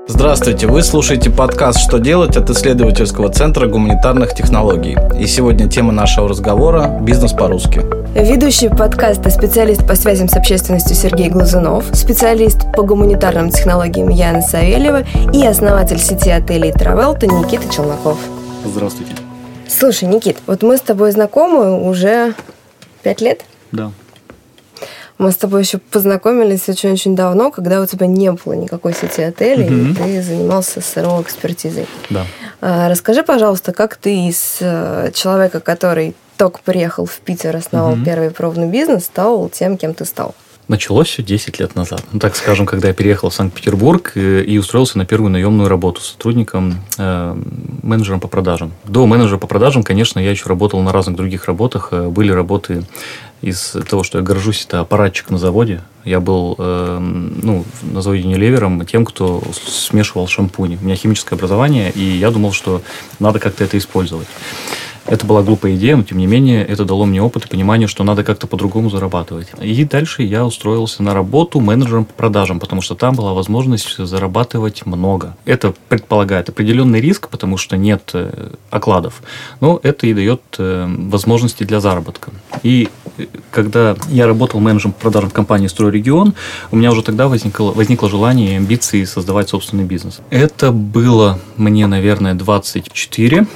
Здравствуйте, вы слушаете подкаст «Что делать» от исследовательского центра гуманитарных технологий. И сегодня тема нашего разговора – бизнес по-русски. Ведущий подкаста специалист по связям с общественностью Сергей Глазунов, специалист по гуманитарным технологиям Яна Савельева и основатель сети отелей Travelta Никита Челноков. Здравствуйте. Слушай, Никит, вот мы с тобой знакомы уже 5 лет? Да. Мы с тобой еще познакомились очень-очень давно, когда у тебя не было никакой сети отелей, и ты занимался СРО-экспертизой. Да. Расскажи, пожалуйста, как ты из человека, который только приехал в Питер, основал первый пробный бизнес, стал тем, кем ты стал? Началось все 10 лет назад. Ну, так скажем, когда я переехал в Санкт-Петербург и устроился на первую наемную работу сотрудником, менеджером по продажам. До менеджера по продажам, конечно, я еще работал на разных других работах. Были работы из того, что я горжусь, это аппаратчик на заводе. Я был на заводе Unilever тем, кто смешивал шампуни. У меня химическое образование, и я думал, что надо как-то это использовать. Это была глупая идея, но, тем не менее, это дало мне опыт и понимание, что надо как-то по-другому зарабатывать. И дальше я устроился на работу менеджером по продажам, потому что там была возможность зарабатывать много. Это предполагает определенный риск, потому что нет окладов, но это и дает возможности для заработка. И когда я работал менеджером по продажам в компании «Стройрегион», у меня уже тогда возникло желание и амбиции создавать собственный бизнес. Это было мне, наверное, 24.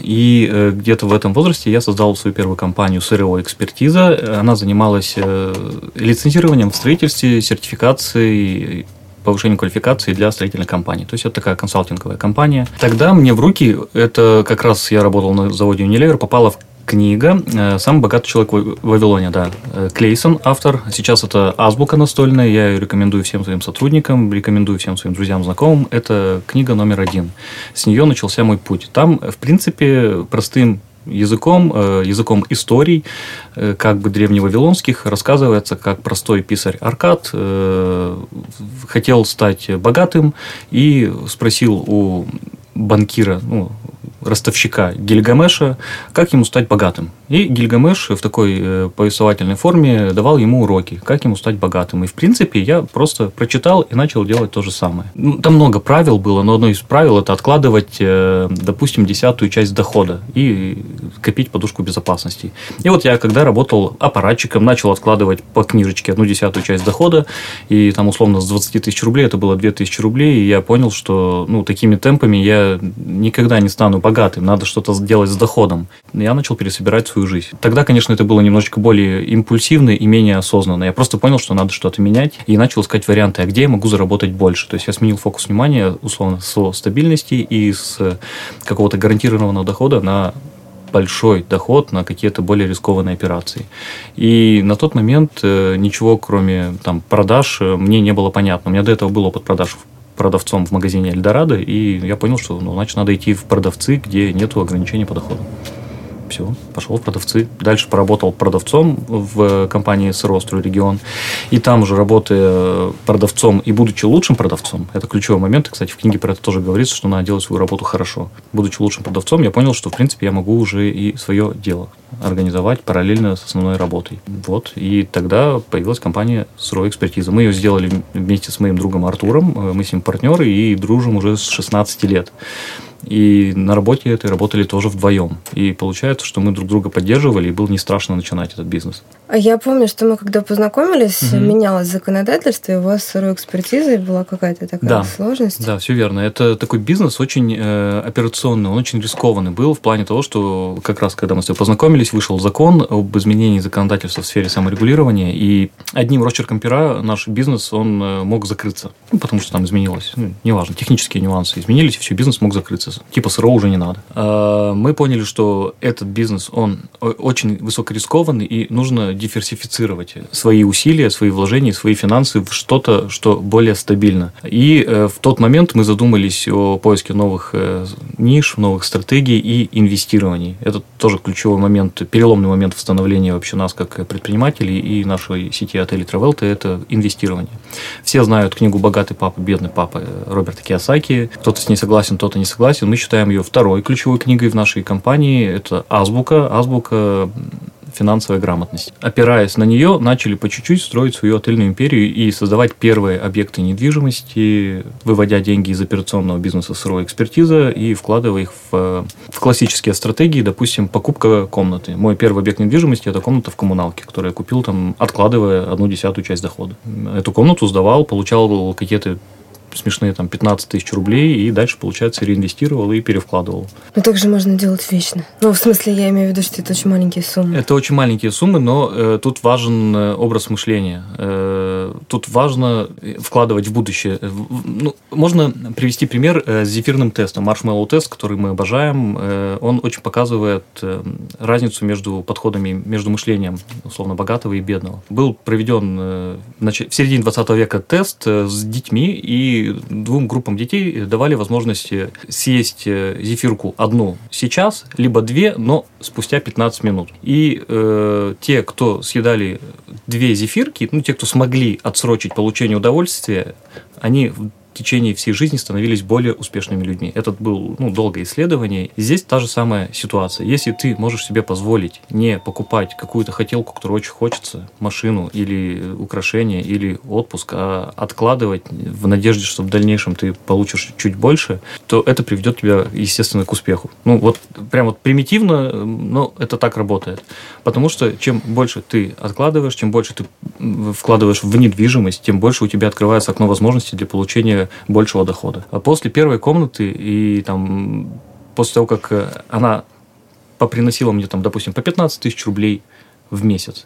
И где-то в этом возрасте я создал свою первую компанию СРО-экспертиза. Она занималась лицензированием в строительстве, сертификацией, повышением квалификации для строительных компаний. То есть, это такая консалтинговая компания. Тогда мне в руки, это как раз я работал на заводе Unilever, попала книга «Самый богатый человек в Вавилоне», да. Клейсон, автор. Сейчас это азбука настольная. Я ее рекомендую всем своим сотрудникам, рекомендую всем своим друзьям, знакомым. Это книга номер 1. С нее начался мой путь. Там, в принципе, простым языком историй, как бы древневавилонских, рассказывается, как простой писарь Аркад хотел стать богатым и спросил у банкира, ростовщика Гильгамеша, как ему стать богатым. И Гильгамеш в такой повествовательной форме давал ему уроки, как ему стать богатым. И, в принципе, я просто прочитал и начал делать то же самое. Там много правил было, но одно из правил – это откладывать, допустим, 10-ю часть дохода и копить подушку безопасности. И вот я, когда работал аппаратчиком, начал откладывать по книжечке 1/10 часть дохода, и там, условно, с 20 тысяч рублей это было 2000 рублей, и я понял, что такими темпами я никогда не стану богатым, надо что-то делать с доходом. Я начал пересобирать свою жизнь. Тогда, конечно, это было немножечко более импульсивно и менее осознанно. Я просто понял, что надо что-то менять, и начал искать варианты, а где я могу заработать больше. То есть, я сменил фокус внимания, условно, со стабильности и с какого-то гарантированного дохода на большой доход, на какие-то более рискованные операции. И на тот момент ничего, кроме продаж, мне не было понятно. У меня до этого был опыт продаж продавцом в магазине Эльдорадо, и я понял, что значит, надо идти в продавцы, где нет ограничений по доходу. Все, пошел в продавцы. Дальше поработал продавцом в компании СРО «Стройрегион». И там уже работая продавцом и будучи лучшим продавцом, это ключевой момент, кстати, в книге про это тоже говорится, что надо делать свою работу хорошо. Будучи лучшим продавцом, я понял, что, в принципе, я могу уже и свое дело организовать параллельно с основной работой. И тогда появилась компания «СРО-экспертиза». Мы ее сделали вместе с моим другом Артуром, мы с ним партнеры и дружим уже с 16 лет. И на работе этой работали тоже вдвоем. И получается, что мы друг друга поддерживали, и было не страшно начинать этот бизнес. Я помню, что мы когда познакомились, менялось законодательство, и у вас с СРО-экспертизой была какая-то такая сложность. Да, все верно. Это такой бизнес очень операционный, он очень рискованный был в плане того, что как раз когда мы с тобой познакомились, вышел закон об изменении законодательства в сфере саморегулирования, и одним росчерком пера наш бизнес, он мог закрыться, потому что там изменилось, неважно, технические нюансы изменились, и все, бизнес мог закрыться. Типа СРО уже не надо. Мы поняли, что этот бизнес, он очень высокорискованный, и нужно диверсифицировать свои усилия, свои вложения, свои финансы в что-то, что более стабильно. И в тот момент мы задумались о поиске новых ниш, новых стратегий и инвестирований. Это тоже ключевой момент, переломный момент в становлении вообще нас как предпринимателей и нашей сети отелей Travelta – это инвестирование. Все знают книгу «Богатый папа, бедный папа» Роберта Кийосаки. Кто-то с ней согласен, кто-то не согласен. Мы считаем ее второй ключевой книгой в нашей компании. Это азбука финансовой грамотности. Опираясь на нее, начали по чуть-чуть строить свою отельную империю и создавать первые объекты недвижимости, выводя деньги из операционного бизнеса сырой экспертиза и вкладывая их в классические стратегии, допустим, покупка комнаты. Мой первый объект недвижимости – это комната в коммуналке, которую я купил, откладывая 1/10 часть дохода. Эту комнату сдавал, получал какие-то смешные 15 тысяч рублей, и дальше, получается, реинвестировал и перевкладывал. Но так же можно делать вечно. В смысле, я имею в виду, что это очень маленькие суммы. Это очень маленькие суммы, но тут важен образ мышления. Тут важно вкладывать в будущее. Можно привести пример с зефирным тестом. Маршмеллоу тест, который мы обожаем, он очень показывает разницу между подходами, между мышлением, условно, богатого и бедного. Был проведен в середине 20 века тест с детьми, и 2 группам детей давали возможность съесть зефирку одну сейчас, либо 2, но спустя 15 минут. И те, кто съедали 2 зефирки, те, кто смогли отсрочить получение удовольствия, они в течение всей жизни становились более успешными людьми. Это было долгое исследование. И здесь та же самая ситуация. Если ты можешь себе позволить не покупать какую-то хотелку, которую очень хочется, машину или украшение, или отпуск, а откладывать в надежде, что в дальнейшем ты получишь чуть больше, то это приведет тебя, естественно, к успеху. Прям примитивно, но это так работает. Потому что чем больше ты откладываешь, чем больше ты вкладываешь в недвижимость, тем больше у тебя открывается окно возможностей для получения большего дохода. А после первой комнаты и после того, как она поприносила мне, допустим, по 15 тысяч рублей в месяц,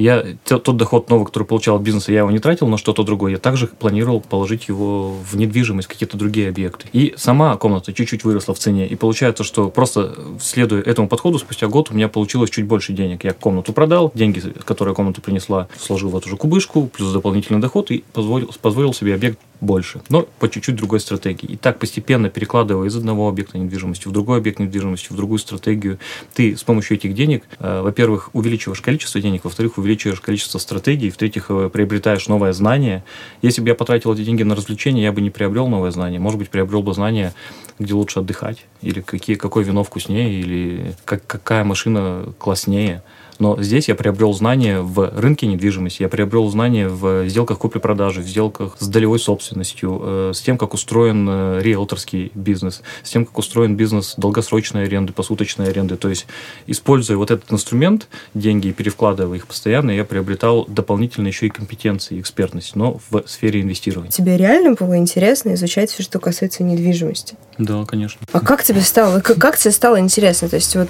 тот доход новый, который получал от бизнеса, я его не тратил на что-то другое. Я также планировал положить его в недвижимость, какие-то другие объекты. И сама комната чуть-чуть выросла в цене. И получается, что просто следуя этому подходу, спустя год у меня получилось чуть больше денег. Я комнату продал, деньги, которые комната принесла, сложил в эту же кубышку, плюс дополнительный доход, и позволил себе объект больше, но по чуть-чуть другой стратегии. И так постепенно перекладывая из одного объекта недвижимости в другой объект недвижимости, в другую стратегию, ты с помощью этих денег, во-первых, увеличиваешь количество денег, во-вторых, увеличиваешь количество стратегий, в-третьих, приобретаешь новое знание. Если бы я потратил эти деньги на развлечения, я бы не приобрел новое знание. Может быть, приобрел бы знание, где лучше отдыхать, или какое вино вкуснее, или какая машина класснее. Но здесь я приобрел знания в рынке недвижимости, я приобрел знания в сделках купли-продажи, в сделках с долевой собственностью, с тем, как устроен риэлторский бизнес, с тем, как устроен бизнес долгосрочной аренды, посуточной аренды. То есть, используя этот инструмент, деньги, и перевкладывая их постоянно, я приобретал дополнительно еще и компетенции, и экспертность, но в сфере инвестирования. Тебе реально было интересно изучать все, что касается недвижимости? Да, конечно. А как тебе стало интересно? То есть,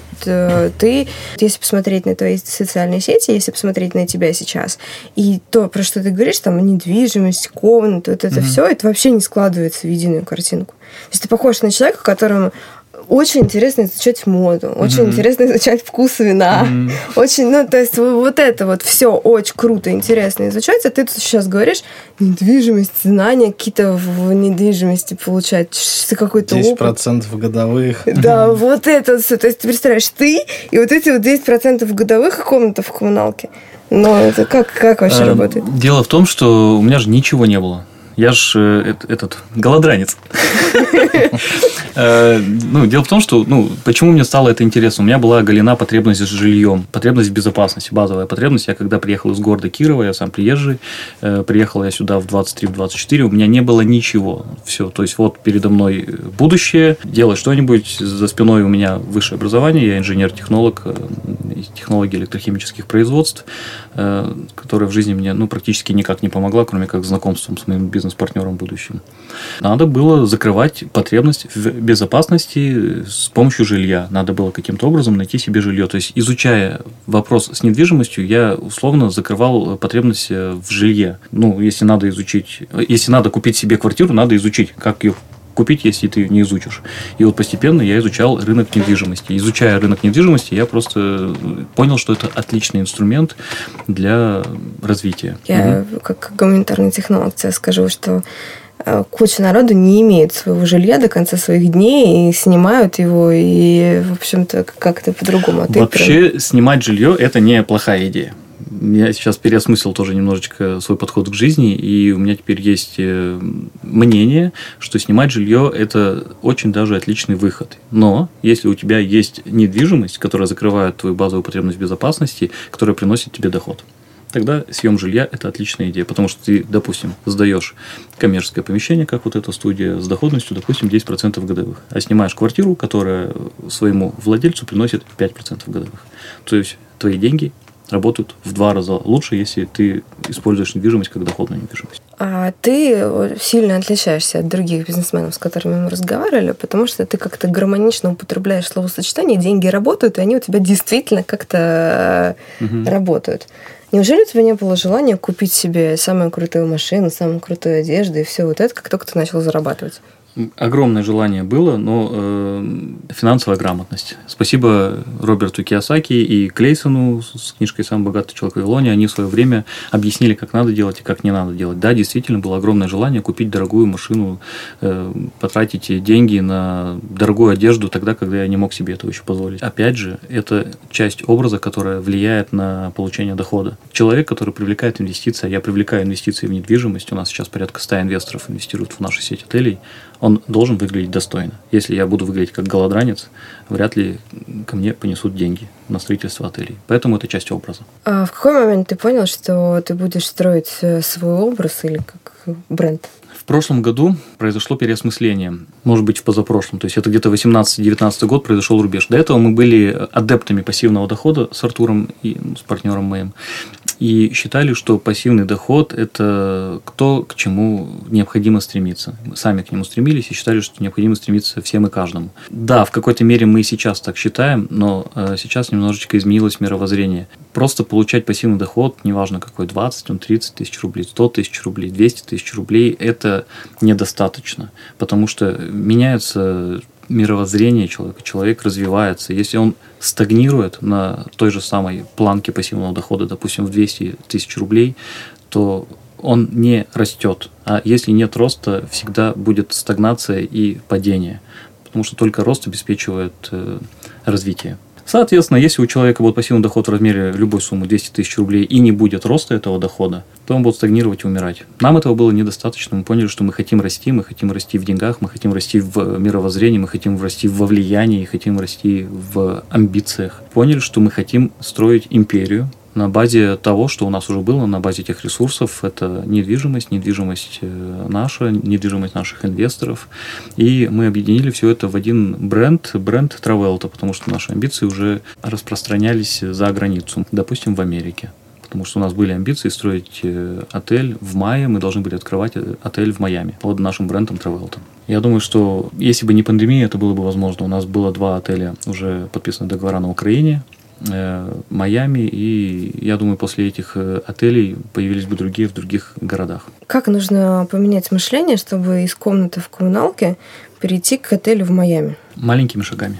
ты, если посмотреть на твои социальные сети, если посмотреть на тебя сейчас, и то, про что ты говоришь, недвижимость, комната, это все, это вообще не складывается в единую картинку. То есть ты похож на человека, которому очень интересно изучать моду, очень интересно изучать вкус вина, очень, то есть вот это все очень круто, интересно изучать, а ты тут сейчас говоришь, недвижимость, знания какие-то в недвижимости получать, какой-то 10% годовых. Да, вот это все, то есть ты представляешь, ты и вот эти 10% годовых комната в коммуналке, но это как вообще работает? Дело в том, что у меня же ничего не было. Я же голодранец. Дело в том, что почему мне стало это интересно? У меня была оголена потребность с жильем, потребность в безопасности, базовая потребность. Я когда приехал из города Кирова, я сам приезжий, приехал я сюда в 23-24, у меня не было ничего. Все, то есть вот передо мной будущее, делать что-нибудь, за спиной у меня высшее образование, я инженер-технолог, технологии электрохимических производств, которая в жизни мне практически никак не помогла, кроме как знакомством с моим бизнес-партнером будущим. Надо было закрывать потребность в безопасности с помощью жилья. Надо было каким-то образом найти себе жилье. То есть, изучая вопрос с недвижимостью, я условно закрывал потребность в жилье. Если надо купить себе квартиру, надо изучить, как ее купить, если ты не изучишь. И вот постепенно я изучал рынок недвижимости. Изучая рынок недвижимости, я просто понял, что это отличный инструмент для развития. Я, как гуманитарный технолог, тебе скажу, что куча народу не имеет своего жилья до конца своих дней и снимают его, и, в общем-то, как-то по-другому. Вообще, снимать жилье – это не плохая идея. Я сейчас переосмыслил тоже немножечко свой подход к жизни, и у меня теперь есть мнение, что снимать жилье – это очень даже отличный выход. Но если у тебя есть недвижимость, которая закрывает твою базовую потребность безопасности, которая приносит тебе доход, тогда съем жилья – это отличная идея, потому что ты, допустим, сдаешь коммерческое помещение, как вот эта студия, с доходностью, допустим, 10% годовых, а снимаешь квартиру, которая своему владельцу приносит 5% годовых. То есть твои деньги работают в 2 раза лучше, если ты используешь недвижимость как доходную недвижимость. А ты сильно отличаешься от других бизнесменов, с которыми мы разговаривали, потому что ты как-то гармонично употребляешь словосочетание «деньги работают», и они у тебя действительно как-то работают. Неужели у тебя не было желания купить себе самую крутую машину, самую крутую одежду и все вот это, как только ты начал зарабатывать? Огромное желание было, но финансовая грамотность. Спасибо Роберту Кийосаки и Клейсону с книжкой «Самый богатый человек в Вавилоне». Они в свое время объяснили, как надо делать и как не надо делать. Да, действительно, было огромное желание купить дорогую машину, потратить деньги на дорогую одежду тогда, когда я не мог себе этого еще позволить. Опять же, это часть образа, которая влияет на получение дохода. Человек, который привлекает инвестиции, я привлекаю инвестиции в недвижимость, у нас сейчас порядка 100 инвесторов инвестируют в нашу сеть отелей, он должен выглядеть достойно. Если я буду выглядеть как голодранец, вряд ли ко мне понесут деньги на строительство отелей. Поэтому это часть образа. А в какой момент ты понял, что ты будешь строить свой образ или как бренд? В прошлом году произошло переосмысление, может быть, в позапрошлом, то есть это где-то 18-19 год произошел рубеж. До этого мы были адептами пассивного дохода с Артуром и с партнером моим, и считали, что пассивный доход – это то, к чему необходимо стремиться. Мы сами к нему стремились и считали, что необходимо стремиться всем и каждому. Да, в какой-то мере мы и сейчас так считаем, но сейчас немножечко изменилось мировоззрение. Просто получать пассивный доход, неважно какой, 20, 30 тысяч рублей, 100 тысяч рублей, 200 тысяч рублей – это недостаточно, потому что меняется мировоззрение человека, человек развивается. Если он стагнирует на той же самой планке пассивного дохода, допустим, в 200 тысяч рублей, то он не растет. А если нет роста, всегда будет стагнация и падение, потому что только рост обеспечивает развитие. Соответственно, если у человека будет пассивный доход в размере любой суммы 200 тысяч рублей и не будет роста этого дохода, то он будет стагнировать и умирать. Нам этого было недостаточно. Мы поняли, что мы хотим расти в деньгах, мы хотим расти в мировоззрении, мы хотим расти во влиянии, хотим расти в амбициях. Поняли, что мы хотим строить империю на базе того, что у нас уже было, на базе тех ресурсов. Это недвижимость наша, недвижимость наших инвесторов. И мы объединили все это в один бренд Travelta, потому что наши амбиции уже распространялись за границу, допустим, в Америке. Потому что у нас были амбиции строить отель в мае, мы должны были открывать отель в Майами под нашим брендом Travelta. Я думаю, что если бы не пандемия, это было бы возможно. У нас было 2 отеля, уже подписаны договора на Украине, Майами, и я думаю, после этих отелей появились бы другие в других городах. Как нужно поменять мышление, чтобы из комнаты в коммуналке перейти к отелю в Майами? Маленькими шагами.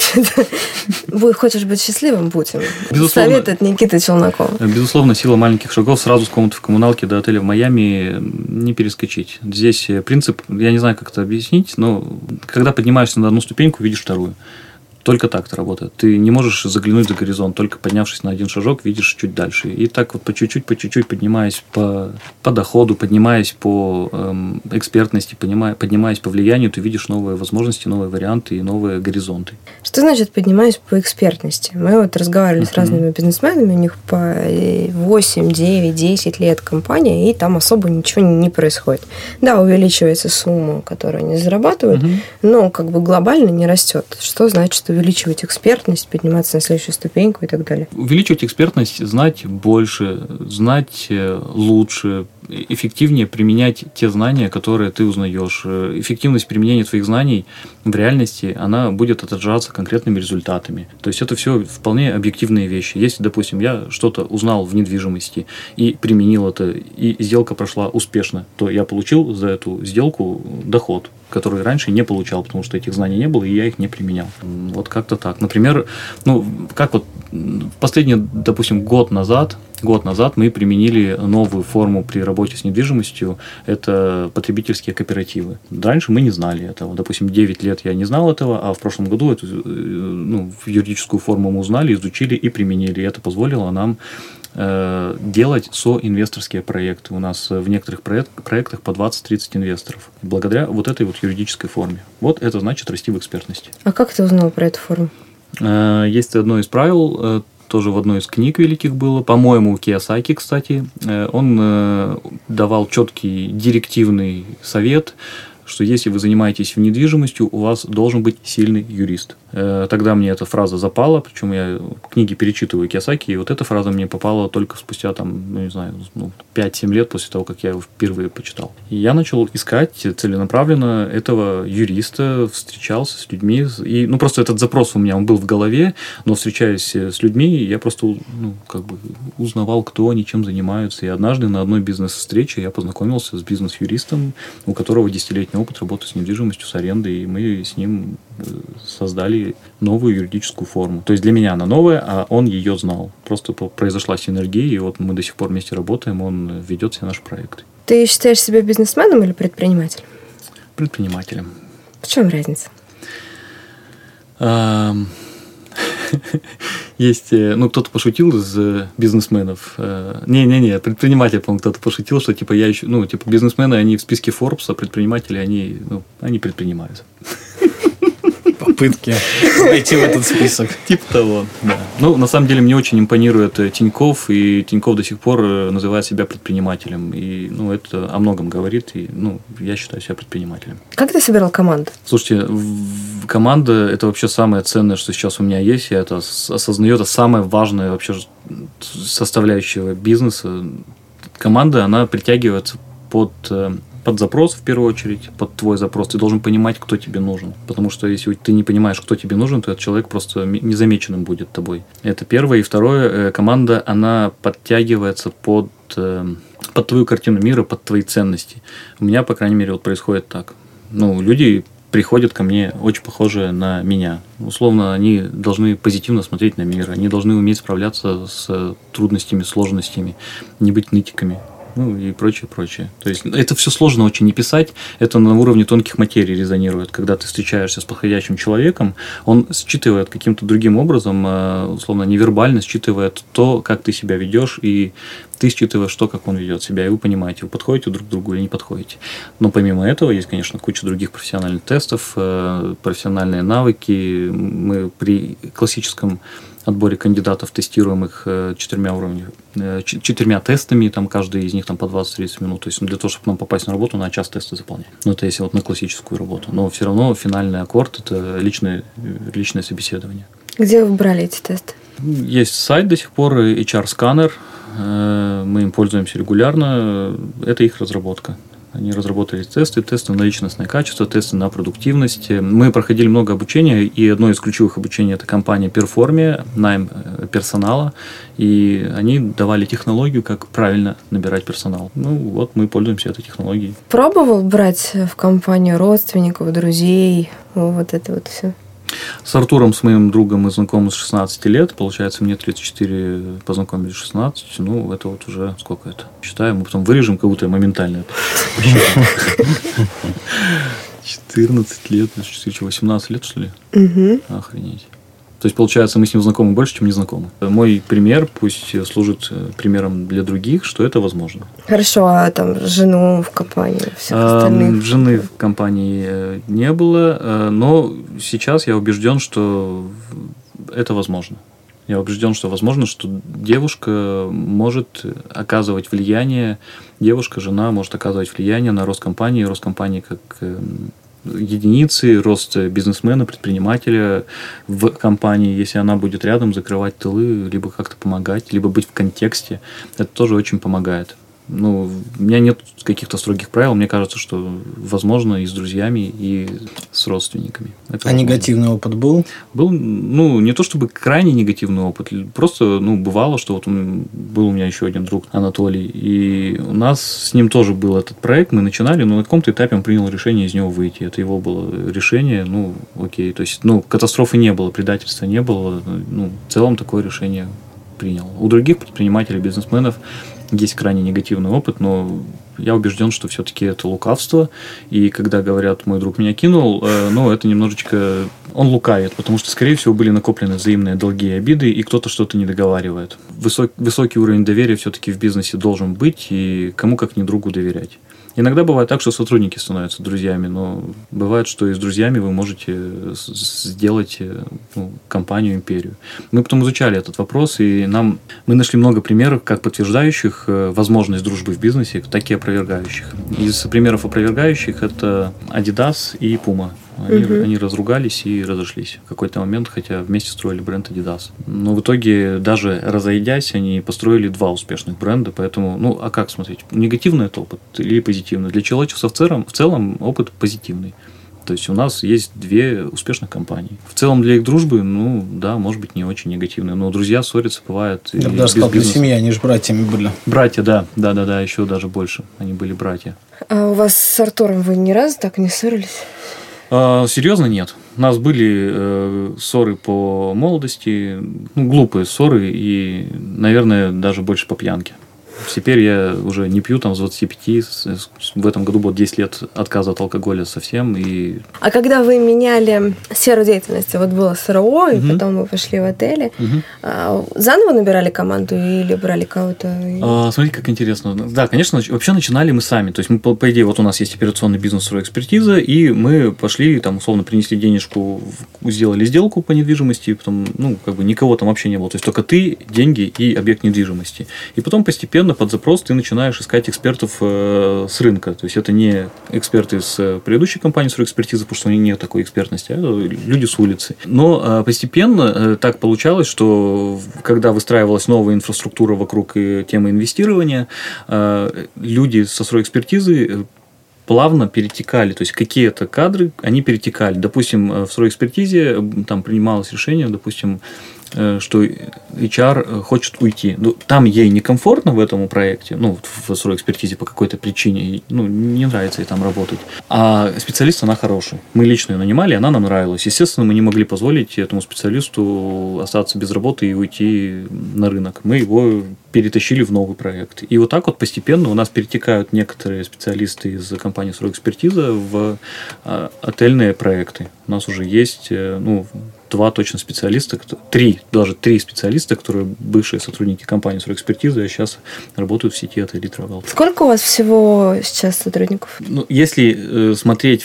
Хочешь быть счастливым, будь им. Безусловно. Совет от Никиты Челнокова. Безусловно, сила маленьких шагов. Сразу с комнаты в коммуналке до отеля в Майами не перескочить. Здесь принцип, я не знаю, как это объяснить, но когда поднимаешься на одну ступеньку, видишь вторую. Только так это работает. Ты не можешь заглянуть за горизонт, только поднявшись на один шажок, видишь чуть дальше. И так вот по чуть-чуть, поднимаясь по доходу, поднимаясь по экспертности, поднимаясь по влиянию, ты видишь новые возможности, новые варианты и новые горизонты. Что значит поднимаясь по экспертности? Мы вот разговаривали с разными бизнесменами, у них по 8, 9, 10 лет компания, и там особо ничего не происходит. Да, увеличивается сумма, которую они зарабатывают, но как бы глобально не растет. Что значит увеличивать экспертность, подниматься на следующую ступеньку и так далее? Увеличивать экспертность, знать больше, знать лучше, эффективнее применять те знания, которые ты узнаешь. Эффективность применения твоих знаний в реальности, она будет отражаться конкретными результатами. То есть это все вполне объективные вещи. Если, допустим, я что-то узнал в недвижимости и применил это, и сделка прошла успешно, то я получил за эту сделку доход, который раньше не получал, потому что этих знаний не было, и я их не применял. Вот как-то так. Например, последний, допустим, год назад мы применили новую форму при работе с недвижимостью. Это потребительские кооперативы. Раньше мы не знали этого. Допустим, 9 лет я не знал этого, а в прошлом году эту юридическую форму мы узнали, изучили и применили. И это позволило нам делать соинвесторские проекты. У нас в некоторых проектах по 20-30 инвесторов. Благодаря вот этой вот юридической форме. Вот это значит расти в экспертности. А как ты узнал про эту форму? Есть одно из правил, тоже в одной из книг великих было, по-моему, у Кийосаки, кстати. Он давал четкий директивный совет, что если вы занимаетесь недвижимостью, у вас должен быть сильный юрист. Тогда мне эта фраза запала, причем я книги перечитываю Кийосаки, и вот эта фраза мне попала только спустя, 5-7 лет после того, как я его впервые почитал. И я начал искать целенаправленно этого юриста, встречался с людьми, и, просто этот запрос у меня, он был в голове, но встречаясь с людьми, я просто, узнавал, кто они, чем занимаются, и однажды на одной бизнес-встрече я познакомился с бизнес-юристом, у которого 10-летний опыт работы с недвижимостью, с арендой, и мы с ним создали новую юридическую форму. То есть для меня она новая, а он ее знал. Просто произошла синергия, и вот мы до сих пор вместе работаем, он ведет все наши проекты. Ты считаешь себя бизнесменом или предпринимателем? Предпринимателем. В чем разница? Есть, кто-то пошутил из бизнесменов. Предприниматель, по-моему, кто-то пошутил, что я еще, бизнесмены, они в списке Forbes, а предприниматели, они предпринимают. Попытки войти в этот список. Типа того, да. На самом деле, мне очень импонирует Тинькофф, и Тинькофф до сих пор называет себя предпринимателем. И, это о многом говорит, и, я считаю себя предпринимателем. Как ты собирал команду? Слушайте, команда – это вообще самое ценное, что сейчас у меня есть. Я это осознаю, это самая важная вообще составляющая бизнеса. Команда, она притягивается под запрос, в первую очередь, под твой запрос. Ты должен понимать, кто тебе нужен. Потому что если ты не понимаешь, кто тебе нужен, то этот человек просто незамеченным будет тобой. Это первое. И второе, команда, она подтягивается под твою картину мира, под твои ценности. У меня, по крайней мере, происходит так. Люди приходят ко мне очень похожие на меня. Условно, они должны позитивно смотреть на мир, они должны уметь справляться с трудностями, сложностями, не быть нытиками. И прочее. То есть, это все сложно очень не писать, это на уровне тонких материй резонирует. Когда ты встречаешься с подходящим человеком, он считывает каким-то другим образом, условно, невербально считывает то, как ты себя ведешь, и ты считываешь то, как он ведет себя, и вы понимаете, вы подходите друг к другу или не подходите. Но помимо этого есть, конечно, куча других профессиональных тестов, профессиональные навыки. Мы при классическом отборе кандидатов тестируем их 4 тестами, там каждый из них по 20-30 минут. То есть для того, чтобы нам попасть на работу, надо час тесты заполнять. Это если на классическую работу. Но все равно финальный аккорд – это личное собеседование. Где вы брали эти тесты? Есть сайт до сих пор, HR-сканер. Мы им пользуемся регулярно. Это их разработка. Они разработали тесты на личностное качество, тесты на продуктивность. Мы проходили много обучения, и одно из ключевых обучений – это компания Performia, найм персонала. И они давали технологию, как правильно набирать персонал. Мы пользуемся этой технологией. Пробовал брать в компанию родственников, друзей, вот это вот все? С Артуром, с моим другом, мы знакомы с 16 лет. Получается, мне 34, познакомились 16. Это вот уже сколько это? Считаем, мы потом вырежем, как будто я моментально это 14 лет, 18 лет, что ли? Охренеть. То есть, получается, мы с ним знакомы больше, чем не знакомы. Мой пример пусть служит примером для других, что это возможно. Хорошо, а жену в компании, всех остальных? Жены в компании не было, но сейчас я убежден, что это возможно. Я убежден, что возможно, что девушка может оказывать влияние, жена может оказывать влияние на рост компании как единицы, рост бизнесмена, предпринимателя в компании, если она будет рядом закрывать тылы, либо как-то помогать, либо быть в контексте, это тоже очень помогает. У меня нет каких-то строгих правил, мне кажется, что возможно и с друзьями, и с родственниками. Это негативный опыт был? Был, не то чтобы крайне негативный опыт, просто, бывало, что был у меня еще один друг, Анатолий, и у нас с ним тоже был этот проект, мы начинали, но на каком-то этапе он принял решение из него выйти, это его было решение, окей, то есть, катастрофы не было, предательства не было, в целом такое решение принял. У других предпринимателей, бизнесменов есть крайне негативный опыт, но я убежден, что все-таки это лукавство. И когда говорят, мой друг меня кинул, это немножечко он лукавит, потому что, скорее всего, были накоплены взаимные долги и обиды, и кто-то что-то не договаривает. Высокий уровень доверия все-таки в бизнесе должен быть, и кому как не другу доверять. Иногда бывает так, что сотрудники становятся друзьями, но бывает, что и с друзьями вы можете сделать компанию, империю. Мы потом изучали этот вопрос, и мы нашли много примеров, как подтверждающих возможность дружбы в бизнесе, так и опровергающих. Из примеров опровергающих это Adidas и Puma. Они разругались и разошлись в какой-то момент, хотя вместе строили бренд Adidas. Но в итоге, даже разойдясь, они построили 2 успешных бренда. Поэтому, а как смотреть? Негативный это опыт или позитивный? Для человечества в целом опыт позитивный. То есть у нас есть 2 успешных компании. В целом для их дружбы, да, может быть, не очень негативные. Но друзья ссорятся, бывает. Я бы даже сказал, для семьи, они же братьями были. Братья, да, еще даже больше. Они были братья. А у вас с Артуром вы ни разу так не ссорились? Серьезно, нет. У нас были ссоры по молодости, глупые ссоры и, наверное, даже больше по пьянке. Теперь я уже не пью с 25, в этом году будет 10 лет отказа от алкоголя совсем. А когда вы меняли сферу деятельности, было СРО, и потом вы пошли в отели, заново набирали команду или брали кого-то? Смотрите, как интересно. Да, конечно, вообще начинали мы сами. То есть, мы, по идее, у нас есть операционный бизнес, экспертиза, и мы пошли, условно, принесли денежку, сделали сделку по недвижимости, потом, никого там вообще не было. То есть, только ты, деньги и объект недвижимости. И потом постепенно под запрос ты начинаешь искать экспертов с рынка. То есть, это не эксперты с предыдущей компании экспертизы, потому что у них нет такой экспертности, а это люди с улицы. Но постепенно так получалось, что когда выстраивалась новая инфраструктура вокруг темы инвестирования, люди со стройэкспертизы плавно перетекали, то есть какие-то кадры, они перетекали. Допустим, в стройэкспертизе там принималось решение, допустим, что HR хочет уйти. Там ей некомфортно в этом проекте, в стройэкспертизе по какой-то причине, не нравится ей там работать. А специалист, она хорошая. Мы лично ее нанимали, она нам нравилась. Естественно, мы не могли позволить этому специалисту остаться без работы и уйти на рынок. Мы его перетащили в новый проект. И вот так постепенно у нас перетекают некоторые специалисты из компании стройэкспертиза в отельные проекты. У нас уже есть, 2 точно специалиста, 3 специалиста, которые бывшие сотрудники компании стройэкспертизы, а сейчас работают в сети отелей Travel. Сколько у вас всего сейчас сотрудников? Если смотреть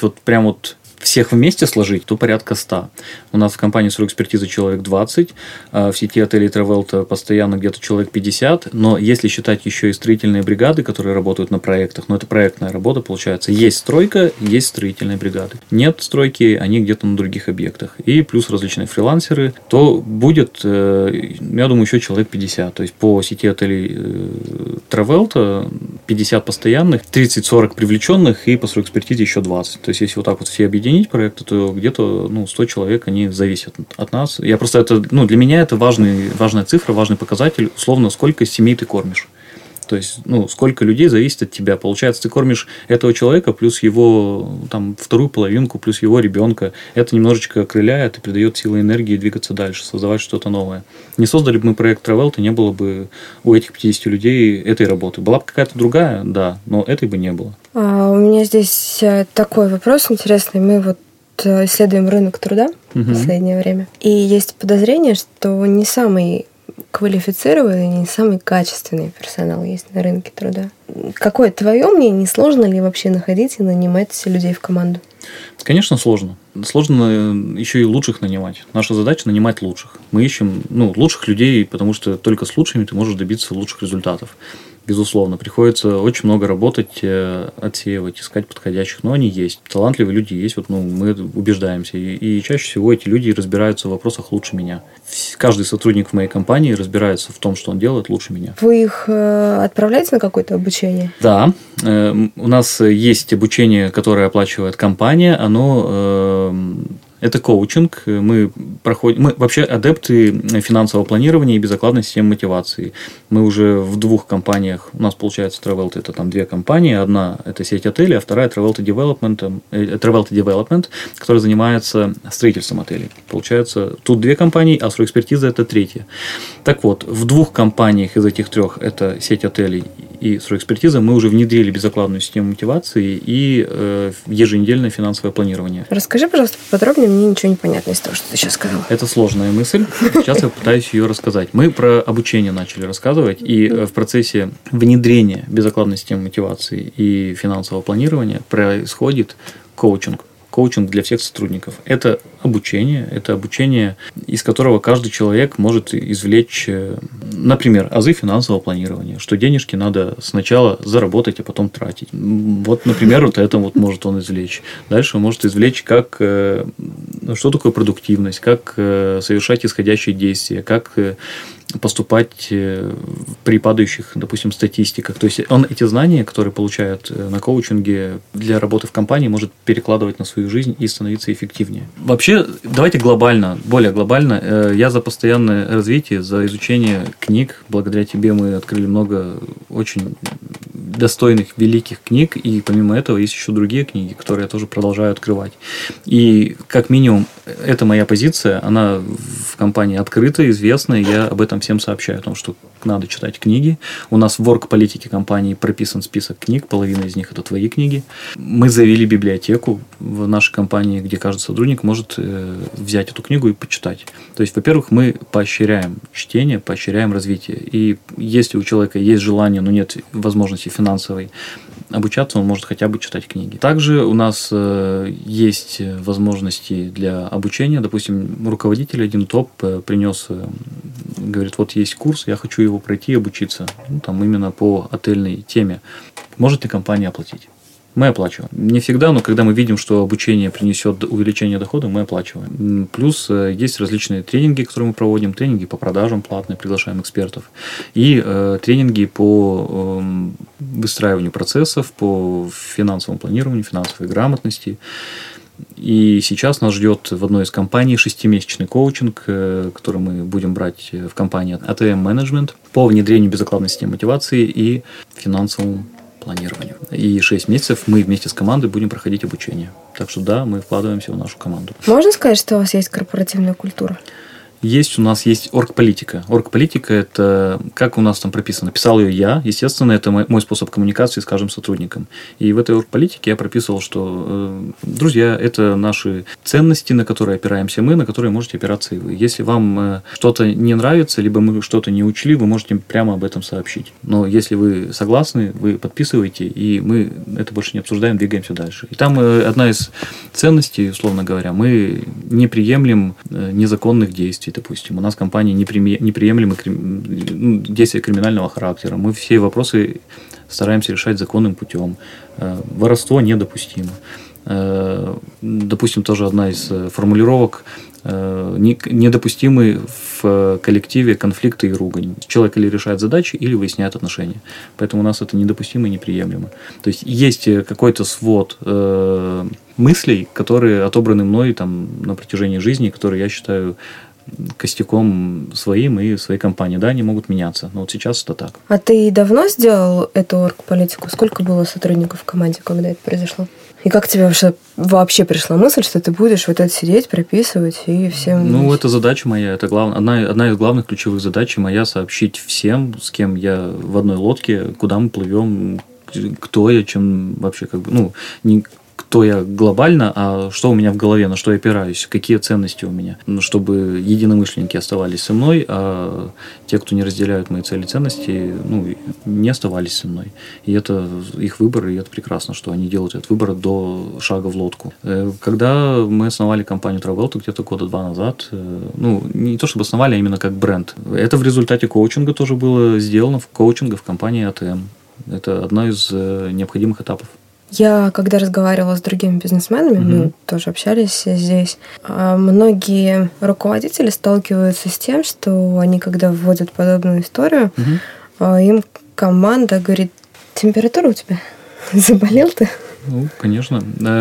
всех вместе сложить, то порядка 100. У нас в компании стройэкспертизы человек 20, в сети отелей Travel постоянно где-то человек 50, но если считать еще и строительные бригады, которые работают на проектах, это проектная работа получается, есть стройка, есть строительные бригады. Нет стройки, они где-то на других объектах. И плюс различные фрилансеры, то будет, я думаю, еще человек 50. То есть, по сети отелей Travel 50 постоянных, 30-40 привлеченных, и по стройэкспертизе еще 20. То есть, если все объединить проекты, то где-то 100 человек, они зависят от нас. Я просто для меня это важная цифра, важный показатель, условно, сколько семей ты кормишь. То есть, сколько людей зависит от тебя. Получается, ты кормишь этого человека, плюс его вторую половинку, плюс его ребенка. Это немножечко окрыляет и придает силы и энергии двигаться дальше, создавать что-то новое. Не создали бы мы проект Travel, то не было бы у этих 50 людей этой работы. Была бы какая-то другая, да, но этой бы не было. У меня здесь такой вопрос интересный. Мы исследуем рынок труда в последнее время. И есть подозрение, что не самый квалифицированный, не самый качественный персонал есть на рынке труда. Какое твое мнение? Сложно ли вообще находить и нанимать людей в команду? Конечно, сложно. Сложно еще и лучших нанимать. Наша задача – нанимать лучших. Мы ищем лучших людей, потому что только с лучшими ты можешь добиться лучших результатов. Безусловно, приходится очень много работать, отсеивать, искать подходящих, но они есть. Талантливые люди есть, мы убеждаемся. И чаще всего эти люди разбираются в вопросах лучше меня. Каждый сотрудник в моей компании разбирается в том, что он делает, лучше меня. Вы их отправляете на какое-то обучение? Да. У нас есть обучение, которое оплачивает компания. Это коучинг. Мы Мы вообще адепты финансового планирования и безокладной системы мотивации. Мы уже в 2 компаниях, у нас получается Travelty, это там 2 компании. Одна – это сеть отелей, а вторая – Travelty Development, которая занимается строительством отелей. Получается, тут 2 компании, а Стройэкспертиза – это 3-я. Так вот, в 2 компаниях из этих 3, это сеть отелей и Стройэкспертиза, мы уже внедрили безокладную систему мотивации и еженедельное финансовое планирование. Расскажи, пожалуйста, поподробнее, мне ничего не понятно из того, что ты сейчас сказал. Это сложная мысль, сейчас я пытаюсь ее рассказать. Мы про обучение начали рассказывать, и в процессе внедрения безокладной системы мотивации и финансового планирования происходит коучинг. Коучинг для всех сотрудников. Это обучение, из которого каждый человек может извлечь, например, азы финансового планирования, что денежки надо сначала заработать, а потом тратить. Вот, например, вот это вот может он извлечь. Дальше он может извлечь, что такое продуктивность, как совершать исходящие действия, как поступать при падающих, допустим, статистиках. То есть он эти знания, которые получает на коучинге для работы в компании, может перекладывать на свою жизнь и становиться эффективнее. Вообще, давайте более глобально. Я за постоянное развитие, за изучение книг. Благодаря тебе мы открыли много очень достойных, великих книг, и помимо этого есть еще другие книги, которые я тоже продолжаю открывать. И как минимум, это моя позиция, она в компании открыта, известна, и я об этом всем сообщаю, о том, что надо читать книги. У нас в орг-политике компании прописан список книг, половина из них это твои книги. Мы завели библиотеку в нашей компании, где каждый сотрудник может взять эту книгу и почитать. То есть, во-первых, мы поощряем чтение, поощряем развитие. И если у человека есть желание, но нет возможности финансовой обучаться, он может хотя бы читать книги. Также у нас есть возможности для обучения. Допустим, руководитель один топ принес, говорит, вот есть курс, я хочу его пройти и обучиться. Там именно по отельной теме. Может ли компания оплатить? Мы оплачиваем. Не всегда, но когда мы видим, что обучение принесет увеличение дохода, мы оплачиваем. Плюс есть различные тренинги, которые мы проводим, тренинги по продажам платные, приглашаем экспертов, и тренинги по выстраиванию процессов, по финансовому планированию, финансовой грамотности. И сейчас нас ждет в одной из компаний 6-месячный коучинг, который мы будем брать в компании ATM Management по внедрению безокладной системы мотивации и финансовому планированию. И 6 месяцев мы вместе с командой будем проходить обучение. Так что да, мы вкладываемся в нашу команду. Можно сказать, что у вас есть корпоративная культура? У нас есть оргполитика. Оргполитика – это, как у нас там прописано, писал ее я, естественно, это мой способ коммуникации с каждым сотрудником. И в этой оргполитике я прописывал, что, друзья, это наши ценности, на которые опираемся мы, на которые можете опираться и вы. Если вам что-то не нравится, либо мы что-то не учли, вы можете прямо об этом сообщить. Но если вы согласны, вы подписываете, и мы это больше не обсуждаем, двигаемся дальше. И там одна из ценностей, условно говоря, мы не приемлем незаконных действий. Допустим, у нас в компании неприемлемы действия криминального характера. Мы все вопросы стараемся решать законным путем. Воровство недопустимо. Допустим, тоже одна из формулировок: недопустимы в коллективе конфликты и ругань. Человек или решает задачи, или выясняет отношения. Поэтому у нас это недопустимо и неприемлемо. То есть есть какой-то свод мыслей, которые отобраны мной там, на протяжении жизни, которые я считаю костяком своим и своей компании. Да, они могут меняться, но вот сейчас это так. А ты давно сделал эту оргполитику? Сколько было сотрудников в команде, когда это произошло? И как тебе вообще пришла мысль, что ты будешь вот это сидеть, прописывать и всем... Ну, это задача моя, это одна из главных ключевых задач моя — сообщить всем, с кем я в одной лодке, куда мы плывем, кто я, чем вообще не кто я глобально, а что у меня в голове, на что я опираюсь, какие ценности у меня, чтобы единомышленники оставались со мной, а те, кто не разделяют мои цели и ценности, не оставались со мной. И это их выбор, и это прекрасно, что они делают этот выбор до шага в лодку. Когда мы основали компанию Travelty где-то 2 года назад, не то чтобы основали, а именно как бренд, это в результате коучинга тоже было сделано, коучинга в компании ATM. Это одна из необходимых этапов. Я, когда разговаривала с другими бизнесменами, мы тоже общались здесь, многие руководители сталкиваются с тем, что они, когда вводят подобную историю, им команда говорит: температура у тебя? Заболел ты? Ну, конечно.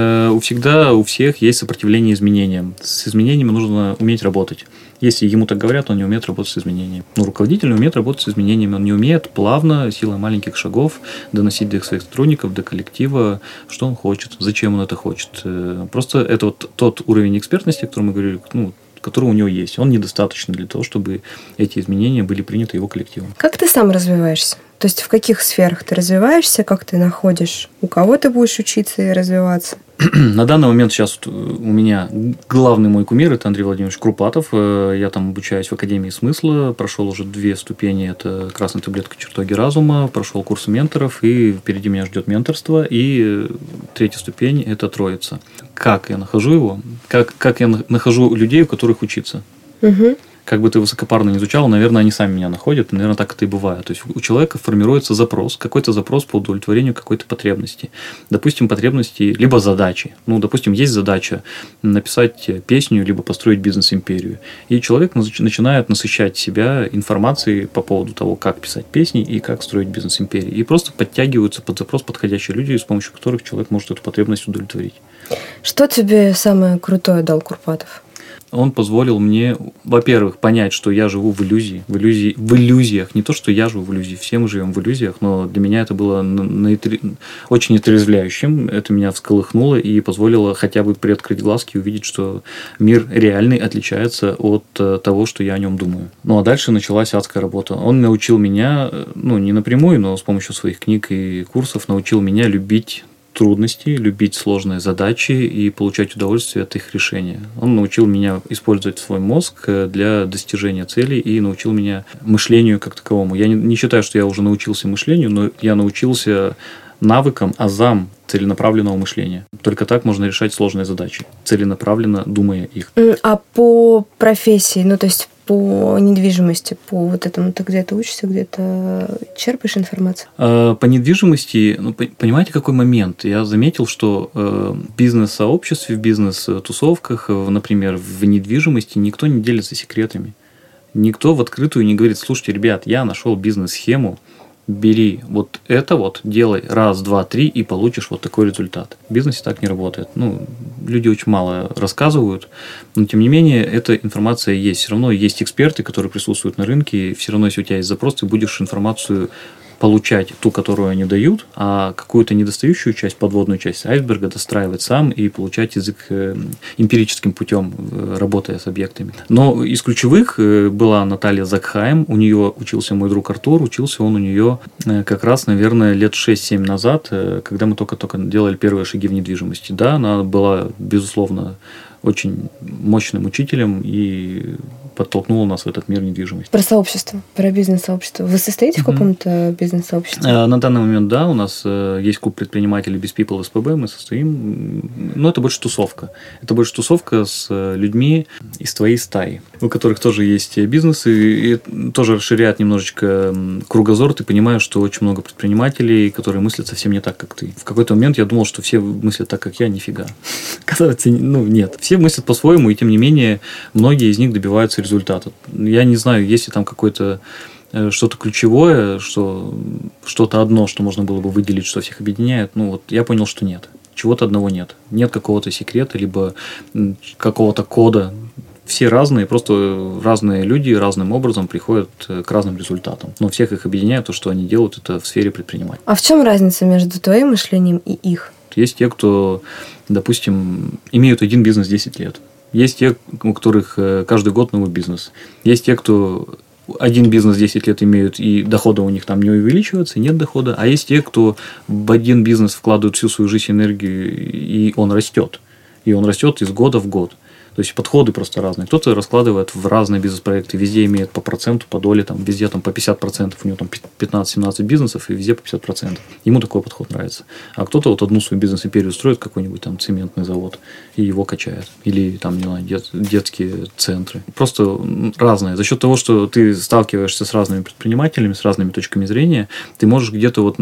У всех есть сопротивление изменениям. С изменениями нужно уметь работать. Если ему так говорят, он не умеет работать с изменениями. Ну, руководитель не умеет работать с изменениями. Он не умеет плавно, силой маленьких шагов доносить до своих сотрудников, до коллектива, что он хочет, зачем он это хочет. Просто это вот тот уровень экспертности, о котором мы говорили, который у него есть. Он недостаточный для того, чтобы эти изменения были приняты его коллективом. Как ты сам развиваешься? То есть в каких сферах ты развиваешься, как ты находишь, у кого ты будешь учиться и развиваться? На данный момент сейчас у меня главный мой кумир – это Андрей Владимирович Крупатов. Я там обучаюсь в Академии смысла, прошел уже 2 ступени – это «Красная таблетка. Чертоги разума», прошел курс менторов, и впереди меня ждет менторство, и 3-я ступень – это Троица. Как я нахожу его? Как я нахожу людей, у которых учиться? Угу. Как бы ты высокопарно не изучал, наверное, они сами меня находят, наверное, так это и бывает. То есть у человека формируется запрос, какой-то запрос по удовлетворению какой-то потребности. Допустим, потребности, либо задачи. Ну, допустим, есть задача написать песню, либо построить бизнес-империю. И человек начинает насыщать себя информацией по поводу того, как писать песни и как строить бизнес-империи. И просто подтягиваются под запрос подходящие люди, с помощью которых человек может эту потребность удовлетворить. Что тебе самое крутое дал Курпатов? Он позволил мне, во-первых, понять, что я живу в иллюзиях. Не то, что я живу в иллюзии, все мы живем в иллюзиях, но для меня это было очень отрезвляющим. Это меня всколыхнуло и позволило хотя бы приоткрыть глазки и увидеть, что мир реальный отличается от того, что я о нем думаю. Ну, а дальше началась адская работа. Он научил меня, не напрямую, но с помощью своих книг и курсов научил меня любить трудности, любить сложные задачи и получать удовольствие от их решения. Он научил меня использовать свой мозг для достижения целей и научил меня мышлению как таковому. Я не считаю, что я уже научился мышлению, но я научился навыкам, азам целенаправленного мышления. Только так можно решать сложные задачи, целенаправленно думая их. А по профессии, то есть по недвижимости, по вот этому, ты где-то учишься, где-то черпаешь информацию? По недвижимости, понимаете, какой момент? Я заметил, что в бизнес-сообществе, в бизнес-тусовках, например, в недвижимости никто не делится секретами. Никто в открытую не говорит: слушайте, ребят, я нашел бизнес-схему, бери вот это вот, делай 1, 2, 3 и получишь вот такой результат. В бизнесе так не работает. Люди очень мало рассказывают, но тем не менее эта информация есть. Все равно есть эксперты, которые присутствуют на рынке, и все равно, если у тебя есть запрос, ты будешь информацию получать ту, которую они дают, а какую-то недостающую часть, подводную часть айсберга достраивать сам и получать язык эмпирическим путем, работая с объектами. Но из ключевых была Наталья Закхайм, у нее учился мой друг Артур, учился он у нее как раз, наверное, лет 6-7 назад, когда мы только-только делали первые шаги в недвижимости. Да, она была, безусловно, очень мощным учителем и подтолкнула нас в этот мир недвижимости. Про сообщество, про бизнес-сообщество. Вы состоите в каком-то бизнес-сообществе? На данный момент, да, у нас есть клуб предпринимателей Biz People СПБ, мы состоим, но это больше тусовка. Это больше тусовка с людьми из твоей стаи, у которых тоже есть бизнес, и тоже расширяет немножечко кругозор. Ты понимаешь, что очень много предпринимателей, которые мыслят совсем не так, как ты. В какой-то момент я думал, что все мыслят так, как я, нифига. Казалось, нет. Все мыслят по-своему, и тем не менее многие из них добиваются результата. Я не знаю, есть ли там какое-то что-то ключевое, что-то одно, что можно было бы выделить, что всех объединяет. Я понял, что нет. Чего-то одного нет. Нет какого-то секрета, либо какого-то кода. Все разные, просто разные люди разным образом приходят к разным результатам. Но всех их объединяет то, что они делают, это в сфере предпринимательства. А в чем разница между твоим мышлением и их? Есть те, кто, допустим, имеют один бизнес 10 лет. Есть те, у которых каждый год новый бизнес. Есть те, кто один бизнес 10 лет имеют, и дохода у них там не увеличивается, нет дохода. А есть те, кто в один бизнес вкладывают всю свою жизнь, энергию, и он растет. И он растет из года в год. То есть подходы просто разные. Кто-то раскладывает в разные бизнес-проекты, везде имеет по проценту, по доле, везде по 50%, у него 15-17 бизнесов, и везде по 50%. Ему такой подход нравится. А кто-то одну свою бизнес-империю строит, какой-нибудь цементный завод, и его качает. Или детские центры. Просто разные. За счет того, что ты сталкиваешься с разными предпринимателями, с разными точками зрения, ты можешь где-то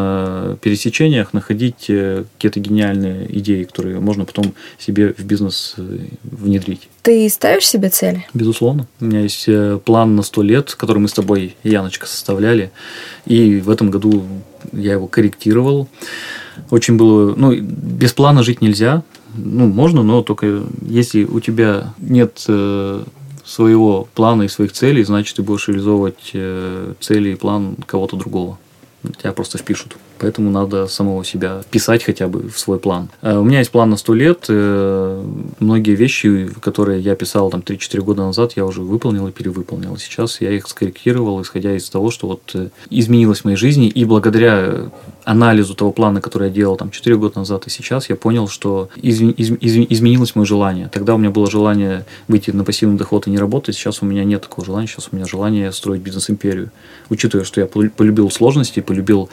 на пересечениях находить какие-то гениальные идеи, которые можно потом себе в бизнес внедрить. Ты ставишь себе цели? Безусловно. У меня есть план на 100 лет, который мы с тобой, Яночка, составляли. И в этом году я его корректировал. Очень было... без плана жить нельзя. Можно, но только если у тебя нет своего плана и своих целей, значит, ты будешь реализовывать цели и план кого-то другого. Тебя просто впишут. Поэтому надо самого себя вписать хотя бы в свой план. У меня есть план на 100 лет. Многие вещи, которые я писал 3-4 года назад, я уже выполнил и перевыполнил. Сейчас я их скорректировал, исходя из того, что изменилось в моей жизни. И благодаря анализу того плана, который я делал 4 года назад и сейчас, я понял, что изменилось мое желание. Тогда у меня было желание выйти на пассивный доход и не работать. Сейчас у меня нет такого желания. Сейчас у меня желание строить бизнес-империю. Учитывая, что я полюбил сложности, полюбил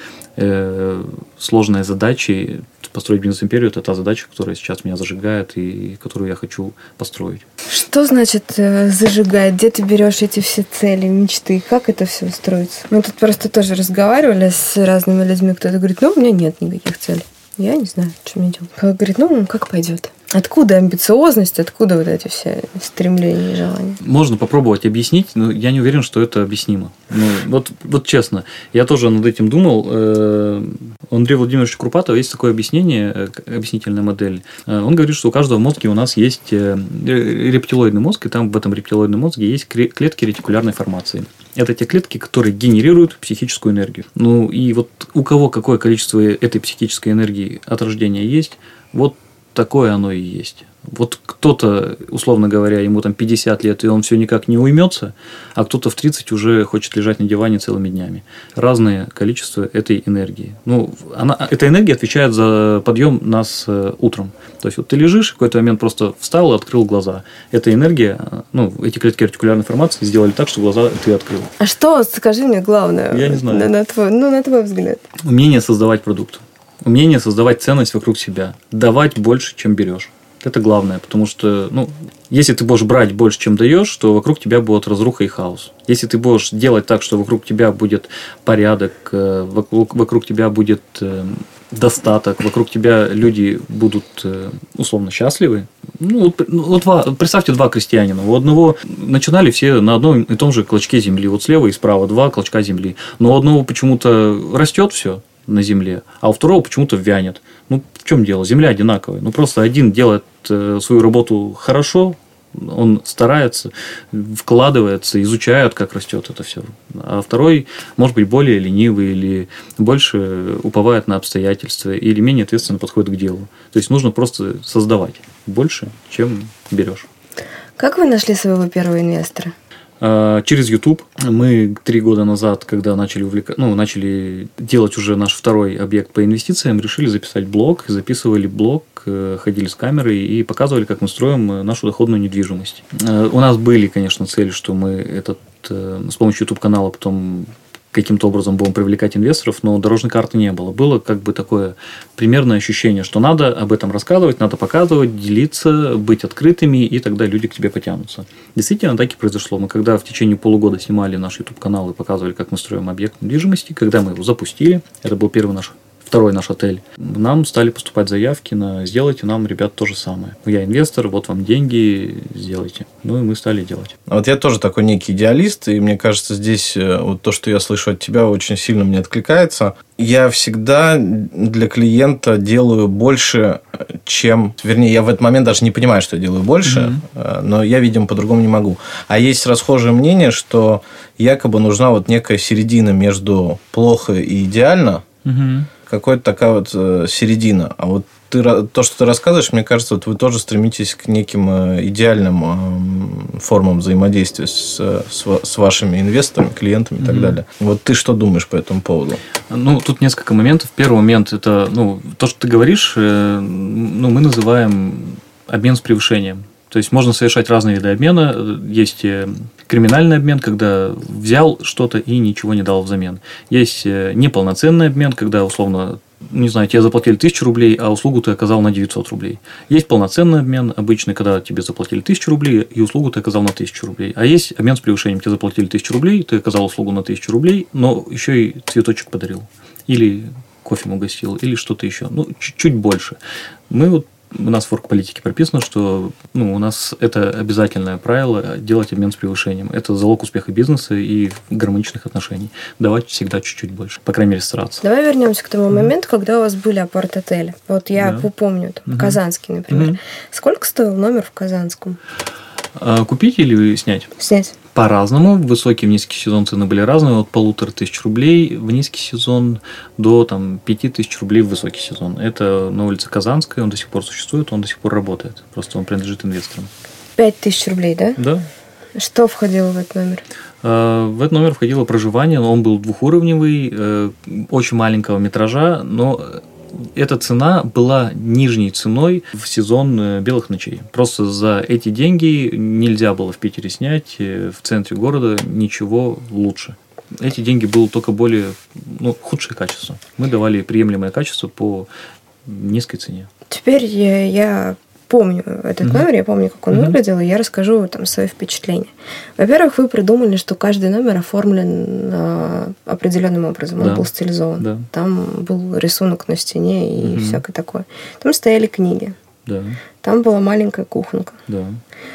сложные задачи, построить бизнес-империю – это та задача, которая сейчас меня зажигает и которую я хочу построить. Что значит зажигает? Где ты берешь эти все цели, мечты? Как это все строится? Мы тут просто тоже разговаривали с разными людьми. Кто-то говорит, у меня нет никаких целей. Я не знаю, что мне делать. Кто-то говорит, как пойдет. Откуда амбициозность, откуда вот эти все стремления и желания? Можно попробовать объяснить, но я не уверен, что это объяснимо. Вот честно, я тоже над этим думал. У Андрея Владимировича Курпатова есть такое объяснение, объяснительная модель. Он говорит, что у каждого мозга у нас есть рептилоидный мозг, и там в этом рептилоидном мозге есть клетки ретикулярной формации. Это те клетки, которые генерируют психическую энергию. И вот у кого какое количество этой психической энергии от рождения есть, вот такое оно и есть. Вот кто-то, условно говоря, ему 50 лет, и он все никак не уймется, а кто-то в 30 уже хочет лежать на диване целыми днями. Разное количество этой энергии. Эта энергия отвечает за подъем нас утром. То есть, ты лежишь, в какой-то момент просто встал и открыл глаза. Эта энергия, эти клетки ретикулярной формации сделали так, что глаза ты открыл. А что, скажи мне, главное? Я не знаю. На твой взгляд. Умение создавать продукт. Умение создавать ценность вокруг себя. Давать больше, чем берешь. Это главное, потому что, если ты будешь брать больше, чем даешь, то вокруг тебя будет разруха и хаос. Если ты будешь делать так, что вокруг тебя будет порядок, вокруг тебя будет достаток, вокруг тебя люди будут условно счастливы. Представьте два крестьянина. У одного начинали все на одном и том же клочке земли. Вот слева и справа 2 клочка земли. Но у одного почему-то растет все на земле, а у второго почему-то вянет. В чем дело? Земля одинаковая. Просто один делает свою работу хорошо, он старается, вкладывается, изучает, как растет это все. А второй, может быть, более ленивый или больше уповает на обстоятельства или менее ответственно подходит к делу. То есть, нужно просто создавать больше, чем берешь. Как вы нашли своего первого инвестора? Через YouTube. Мы 3 года назад, когда начали делать уже наш второй объект по инвестициям, решили записать блог. Записывали блог, ходили с камерой и показывали, как мы строим нашу доходную недвижимость. У нас были, конечно, цели, что мы с помощью YouTube-канала потом каким-то образом будем привлекать инвесторов, но дорожной карты не было. Было такое примерное ощущение, что надо об этом рассказывать, надо показывать, делиться, быть открытыми, и тогда люди к тебе потянутся. Действительно, так и произошло. Мы когда в течение полугода снимали наш YouTube-канал и показывали, как мы строим объект недвижимости, когда мы его запустили, это был второй наш отель, нам стали поступать заявки на «сделайте нам, ребят, то же самое». Я инвестор, вот вам деньги, сделайте. И мы стали делать. Я тоже такой некий идеалист, и мне кажется, здесь то, что я слышу от тебя, очень сильно мне откликается. Я всегда для клиента делаю больше, чем... Вернее, я в этот момент даже не понимаю, что я делаю больше, но я, видимо, по-другому не могу. А есть расхожее мнение, что якобы нужна некая середина между плохо и идеально, какая-то такая середина. А то, что ты рассказываешь, мне кажется, вы тоже стремитесь к неким идеальным формам взаимодействия с вашими инвесторами, клиентами и так далее. Ты что думаешь по этому поводу? Тут несколько моментов. Первый момент – это то, что ты говоришь, мы называем обмен с превышением. То есть, можно совершать разные виды обмена. Есть криминальный обмен, когда взял что-то и ничего не дал взамен. Есть неполноценный обмен, когда, условно, тебе заплатили 1000 рублей, а услугу ты оказал на 900 рублей. Есть полноценный обмен, обычный, когда тебе заплатили 1000 рублей, и услугу ты оказал на 1000 рублей. А есть обмен с превышением. Тебе заплатили 1000 рублей, ты оказал услугу на 1000 рублей, но еще и цветочек подарил. Или кофе угостил, или что-то еще. Чуть-чуть больше. Мы у нас в оргполитике прописано, что у нас это обязательное правило делать обмен с превышением. Это залог успеха бизнеса и гармоничных отношений. Давать всегда чуть-чуть больше. По крайней мере, стараться. Давай вернемся к тому моменту, когда у вас были апарт-отели. Вот я помню, Казанский, например. Сколько стоил номер в Казанском? Купить или снять? Снять. По-разному. В высокий, в низкий сезон цены были разные. От 1500 рублей в низкий сезон до 5000 рублей в высокий сезон. Это на улице Казанская. Он до сих пор существует, он до сих пор работает. Просто он принадлежит инвесторам. 5000 рублей, да? Да. Что входило в этот номер? В этот номер входило проживание. Он был двухуровневый, очень маленького метража, но эта цена была нижней ценой в сезон белых ночей. Просто за эти деньги нельзя было в Питере снять в центре города ничего лучше. Эти деньги было только более худшее качество. Мы давали приемлемое качество по низкой цене. Теперь я помню этот номер, я помню, как он выглядел, и я расскажу свои впечатления. Во-первых, вы придумали, что каждый номер оформлен определенным образом. Он был стилизован. Да. Там был рисунок на стене и всякое такое. Там стояли книги. Да. Там была маленькая кухонка. Да.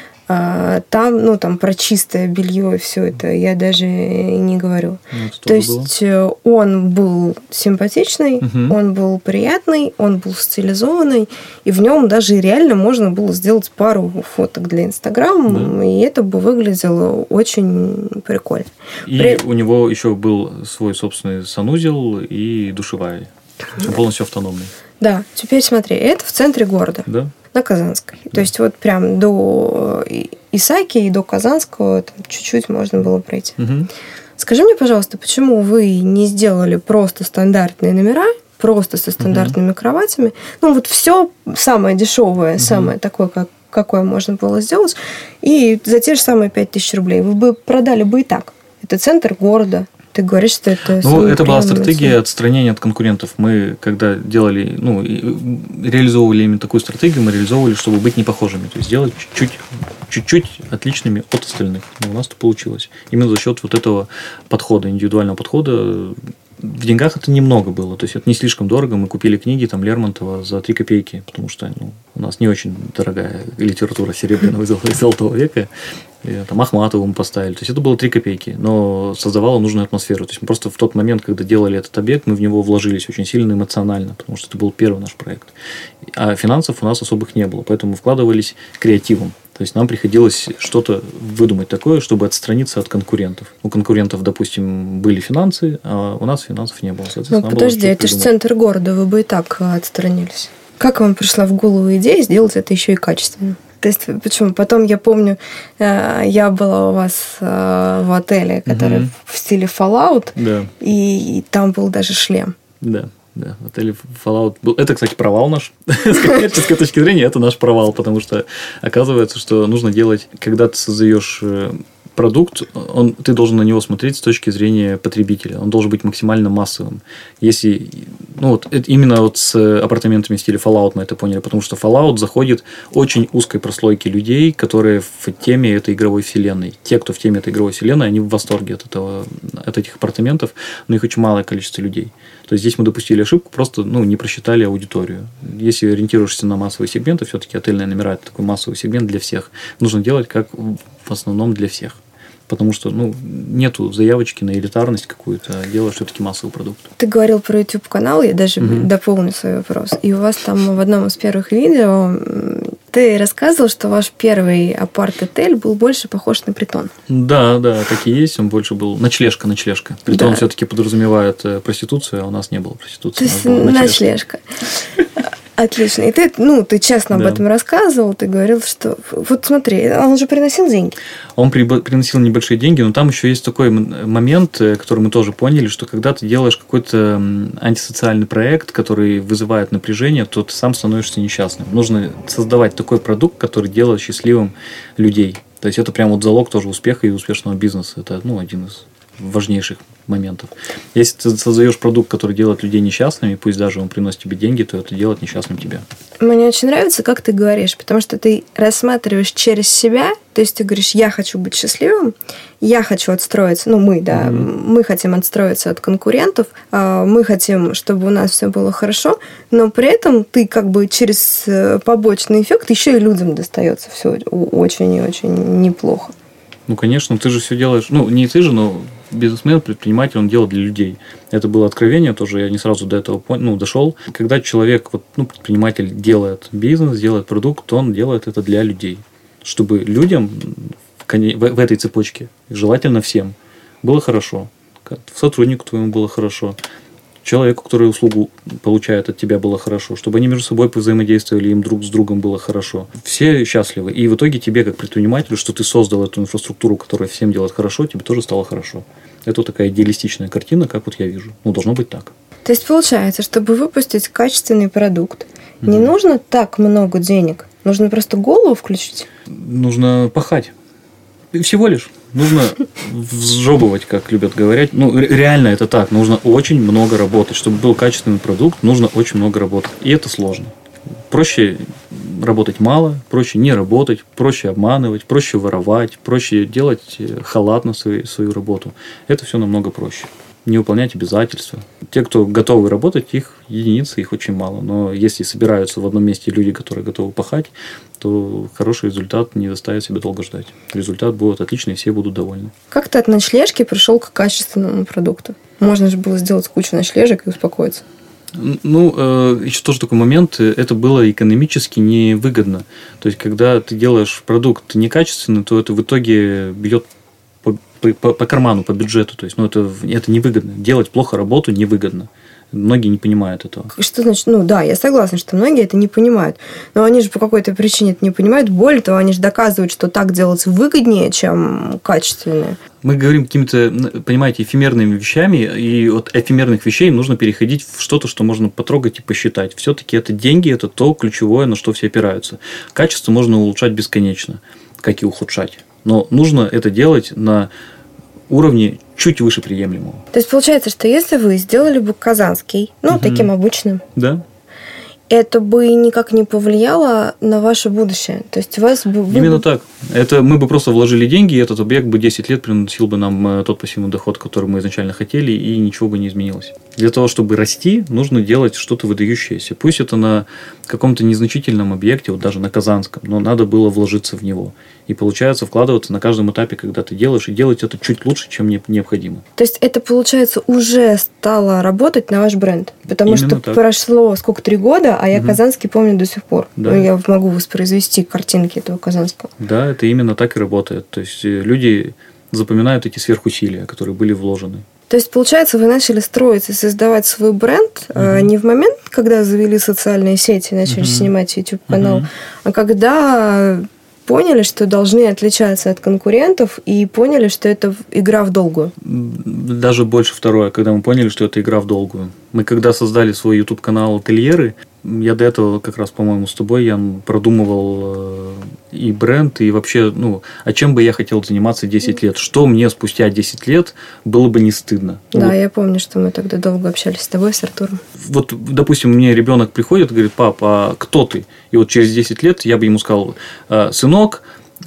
Там про чистое белье и все это я даже не говорю. То есть он был симпатичный, он был приятный, он был стилизованный, и в нем даже реально можно было сделать пару фоток для Инстаграма, и это бы выглядело очень прикольно. И у него еще был свой собственный санузел и душевая. Он полностью автономный. Да, теперь смотри, это в центре города. Да. На Казанской. То есть вот прям до Исаки и до Казанского чуть-чуть можно было пройти. Скажи мне, пожалуйста, почему вы не сделали просто стандартные номера, просто со стандартными кроватями? Все самое дешевое, самое такое, какое можно было сделать, и за те же самые 5000 рублей. Вы бы продали бы и так. Это центр города. Ты говоришь, что это... это была стратегия отстранения от конкурентов. Мы, когда делали, реализовывали именно такую стратегию, мы реализовывали, чтобы быть непохожими. То есть, сделать чуть-чуть отличными от остальных. Но у нас это получилось. Именно за счет вот этого подхода, индивидуального подхода. В деньгах это немного было, то есть это не слишком дорого. Мы купили книги Лермонтова за 3 копейки, потому что у нас не очень дорогая литература серебряного и золотого века. И, Ахматову мы поставили. То есть это было 3 копейки, но создавало нужную атмосферу. То есть мы просто в тот момент, когда делали этот объект, мы в него вложились очень сильно эмоционально, потому что это был первый наш проект. А финансов у нас особых не было, поэтому вкладывались креативом. То есть нам приходилось что-то выдумать такое, чтобы отстраниться от конкурентов. У конкурентов, допустим, были финансы, а у нас финансов не было. Подожди, это же центр города, вы бы и так отстранились. Как вам пришла в голову идея сделать это еще и качественно? То есть, почему? Потом я помню, я была у вас в отеле, который в стиле Fallout, и там был даже шлем. Да. Да, в отеле Fallout был. Это, кстати, провал наш. С коммерческой точки зрения, это наш провал, потому что оказывается, что нужно делать, когда ты создаешь продукт, ты должен на него смотреть с точки зрения потребителя. Он должен быть максимально массовым. Если, именно с апартаментами в стиле Fallout мы это поняли, потому что Fallout заходит очень узкой прослойки людей, которые в теме этой игровой вселенной. Те, кто в теме этой игровой вселенной, они в восторге от этих апартаментов, но их очень малое количество людей. То есть здесь мы допустили ошибку, просто не просчитали аудиторию. Если ориентируешься на массовые сегменты, все-таки отельные номера – это такой массовый сегмент для всех. Нужно делать как в основном для всех. Потому что нету заявочки на элитарность какую-то, а делаешь все-таки массовый продукт. Ты говорил про YouTube-канал, я даже дополню свой вопрос. И у вас там в одном из первых видео ты рассказывал, что ваш первый апарт-отель был больше похож на притон. Да, так и есть. Он больше был ночлежка. Притон все-таки подразумевает проституцию, а у нас не было проституции. То есть ночлежка. Отлично. И ты честно об этом рассказывал, ты говорил, что... Вот смотри, он же приносил деньги. Он приносил небольшие деньги, но там еще есть такой момент, который мы тоже поняли, что когда ты делаешь какой-то антисоциальный проект, который вызывает напряжение, то ты сам становишься несчастным. Нужно создавать такой продукт, который делает счастливым людей. То есть это прям залог тоже успеха и успешного бизнеса. Это один из важнейших моментов. Если ты создаешь продукт, который делает людей несчастными, пусть даже он приносит тебе деньги, то это делает несчастным тебя. Мне очень нравится, как ты говоришь, потому что ты рассматриваешь через себя, То есть ты говоришь, я хочу быть счастливым, я хочу отстроиться, мы хотим отстроиться от конкурентов, мы хотим, чтобы у нас все было хорошо, но при этом ты как бы через побочный эффект еще и людям достается все очень и очень неплохо. Ну, конечно, ты же все делаешь, не ты же, но бизнесмен, предприниматель, он делает для людей. Это было откровение тоже, я не сразу до этого дошел. Когда человек, предприниматель делает бизнес, делает продукт, то он делает это для людей. Чтобы людям в этой цепочке, желательно всем, было хорошо. Сотруднику твоему было хорошо. Человеку, который услугу получает от тебя, было хорошо, чтобы они между собой взаимодействовали, им друг с другом было хорошо. Все счастливы. И в итоге тебе, как предпринимателю, что ты создал эту инфраструктуру, которая всем делает хорошо, тебе тоже стало хорошо. Это такая идеалистичная картина, как я вижу. Должно быть так. То есть получается, чтобы выпустить качественный продукт, не нужно так много денег, нужно просто голову включить? Нужно пахать. Всего лишь. Нужно взжобывать, как любят говорить. Реально это так. Нужно очень много работать. Чтобы был качественный продукт, нужно очень много работать. И это сложно. Проще работать мало, проще не работать, проще обманывать, проще воровать, проще делать халатно свою работу. Это все намного проще. Не выполнять обязательства. Те, кто готовы работать, их единицы, их очень мало. Но если собираются в одном месте люди, которые готовы пахать, то хороший результат не заставит себя долго ждать. Результат будет отличный, и все будут довольны. Как ты от ночлежки пришел к качественному продукту? Можно же было сделать кучу ночлежек и успокоиться. Еще тоже такой момент, это было экономически невыгодно. То есть, когда ты делаешь продукт некачественный, то это в итоге бьет по карману, по бюджету. То есть, это невыгодно. Делать плохо работу невыгодно. Многие не понимают этого. Что значит? Я согласна, что многие это не понимают. Но они же по какой-то причине это не понимают. Более того, они же доказывают, что так делать выгоднее, чем качественное. Мы говорим какими-то, понимаете, эфемерными вещами, и от эфемерных вещей нужно переходить в что-то, что можно потрогать и посчитать. Все-таки это деньги, это то ключевое, на что все опираются. Качество можно улучшать бесконечно, как и ухудшать. Но нужно это делать на уровне чуть выше приемлемого. То есть получается, что если вы сделали бы казанский, таким обычным, да, это бы никак не повлияло на ваше будущее. То есть вас бы... Именно так. Это мы бы просто вложили деньги, и этот объект бы 10 лет приносил бы нам тот пассивный доход, который мы изначально хотели, и ничего бы не изменилось. Для того, чтобы расти, нужно делать что-то выдающееся. Пусть это на каком-то незначительном объекте, даже на Казанском, но надо было вложиться в него. И получается вкладываться на каждом этапе, когда ты делаешь, и делать это чуть лучше, чем необходимо. То есть это, получается, уже стало работать на ваш бренд? Потому именно что так. Прошло 3 года, а я Казанский помню до сих пор. Да. Я могу воспроизвести картинки этого Казанского. Да, это именно так и работает. То есть люди запоминают эти сверхусилия, которые были вложены. То есть, получается, вы начали строить и создавать свой бренд не в момент, когда завели социальные сети и начали снимать YouTube-канал, а когда поняли, что должны отличаться от конкурентов, и поняли, что это игра в долгую. Даже больше второе, когда мы поняли, что это игра в долгую. Мы когда создали свой YouTube-канал «Ательеры», я до этого как раз, по-моему, с тобой, я продумывал и бренд, и вообще, а чем бы я хотел заниматься 10 лет? Что мне спустя 10 лет было бы не стыдно? Да, я помню, что мы тогда долго общались с тобой, с Артуром. Допустим, мне ребенок приходит и говорит: пап, а кто ты? И через 10 лет я бы ему сказал: сынок,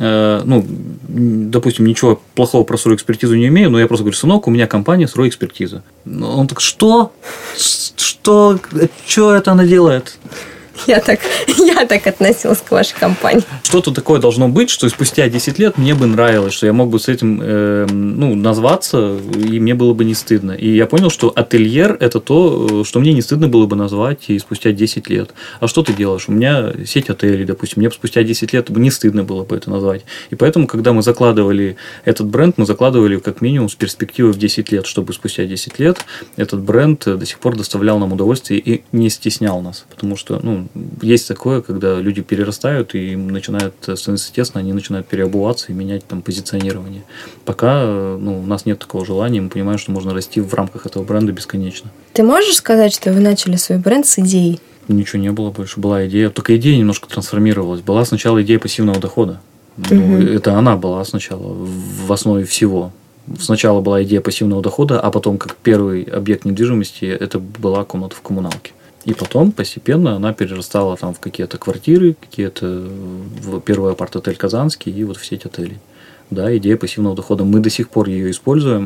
допустим, ничего плохого про стройэкспертизу не имею, но я просто говорю: сынок, у меня компания стройэкспертиза. Он так: что? Что это она делает? Я так относилась к вашей компании. Что-то такое должно быть, что спустя 10 лет мне бы нравилось, что я мог бы с этим назваться, и мне было бы не стыдно. И я понял, что ательер – это то, что мне не стыдно было бы назвать и спустя 10 лет. А что ты делаешь? У меня сеть отелей, допустим, мне спустя 10 лет не стыдно было бы это назвать. И поэтому, когда мы закладывали этот бренд, мы закладывали как минимум с перспективой в 10 лет, чтобы спустя 10 лет этот бренд до сих пор доставлял нам удовольствие и не стеснял нас. Потому что, есть такое, когда люди перерастают и им начинает становиться тесно, они начинают переобуваться и менять позиционирование. Пока у нас нет такого желания, мы понимаем, что можно расти в рамках этого бренда бесконечно. Ты можешь сказать, что вы начали свой бренд с идеи? Ничего не было больше, была идея. Только идея немножко трансформировалась. Была сначала идея пассивного дохода. Это она была сначала в основе всего. Сначала была идея пассивного дохода, а потом, как первый объект недвижимости, это была комната в коммуналке. И потом постепенно она перерастала там в какие-то квартиры, какие-то в первый апарт-отель Казанский и вот в сеть отелей. Да, идея пассивного дохода. Мы до сих пор ее используем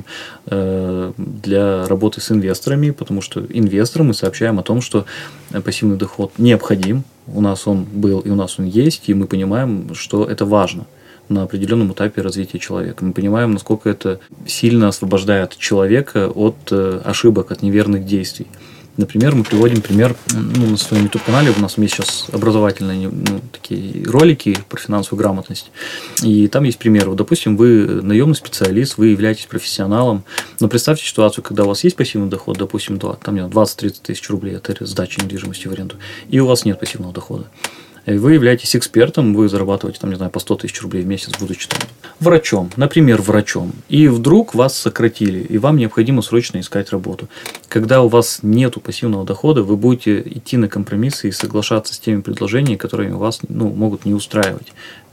для работы с инвесторами, потому что инвесторам мы сообщаем о том, что пассивный доход необходим. У нас он был и у нас он есть, и мы понимаем, что это важно на определенном этапе развития человека. Мы понимаем, насколько это сильно освобождает человека от ошибок, от неверных действий. Например, мы приводим пример на своем YouTube-канале. У нас есть сейчас образовательные такие ролики про финансовую грамотность. И там есть пример. Вот, допустим, вы наемный специалист, вы являетесь профессионалом. Но представьте ситуацию, когда у вас есть пассивный доход, допустим, 20-30 тысяч рублей, это сдача недвижимости в аренду, и у вас нет пассивного дохода. Вы являетесь экспертом, вы зарабатываете, там, не знаю, по 100 тысяч рублей в месяц, будучи там врачом, например, врачом, и вдруг вас сократили, и вам необходимо срочно искать работу. Когда у вас нет пассивного дохода, вы будете идти на компромиссы и соглашаться с теми предложениями, которые вас могут не устраивать.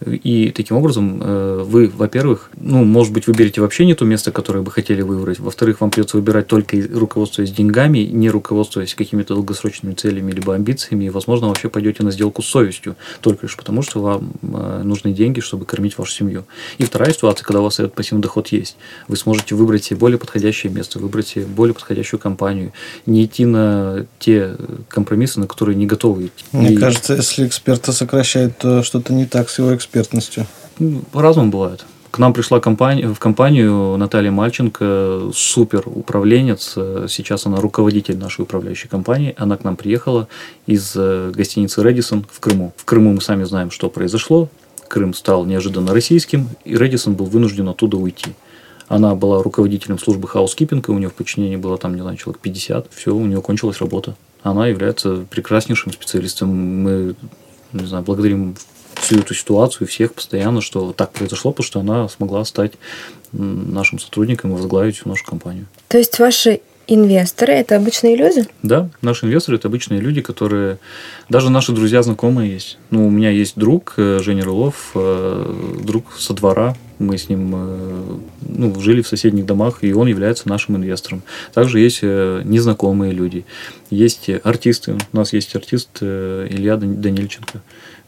И таким образом вы, во-первых, может быть, выберете вообще не то место, которое вы хотели выбрать. Во-вторых, вам придется выбирать только руководствуясь деньгами, не руководствуясь какими-то долгосрочными целями либо амбициями. И, возможно, вообще пойдете на сделку с совестью, только лишь потому, что вам нужны деньги, чтобы кормить вашу семью. И вторая ситуация, когда у вас этот пассивный доход есть. Вы сможете выбрать себе более подходящее место, выбрать себе более подходящую компанию, не идти на те компромиссы, на которые не готовы идти. Мне кажется, если эксперта сокращает, то что-то не так с его экспертностью. По-разному бывает. К нам пришла в компанию Наталья Мальченко, супер управленец. Сейчас она руководитель нашей управляющей компании. Она к нам приехала из гостиницы «Рэдисон» в Крыму. В Крыму мы сами знаем, что произошло. Крым стал неожиданно российским, и «Рэдисон» был вынужден оттуда уйти. Она была руководителем службы хаускипинга, у нее в подчинении было там, не знаю, человек 50. Все, у нее кончилась работа. Она является прекраснейшим специалистом. Мы, не знаю, благодарим всю эту ситуацию, всех постоянно, что так произошло, потому что она смогла стать нашим сотрудником и возглавить всю нашу компанию. То есть ваши инвесторы – это обычные люди? Да, наши инвесторы – это обычные люди, которые… Даже наши друзья, знакомые есть. У меня есть друг, Женя Рылов, друг со двора. Мы с ним жили в соседних домах, и он является нашим инвестором. Также есть незнакомые люди. Есть артисты. У нас есть артист Илья Данильченко,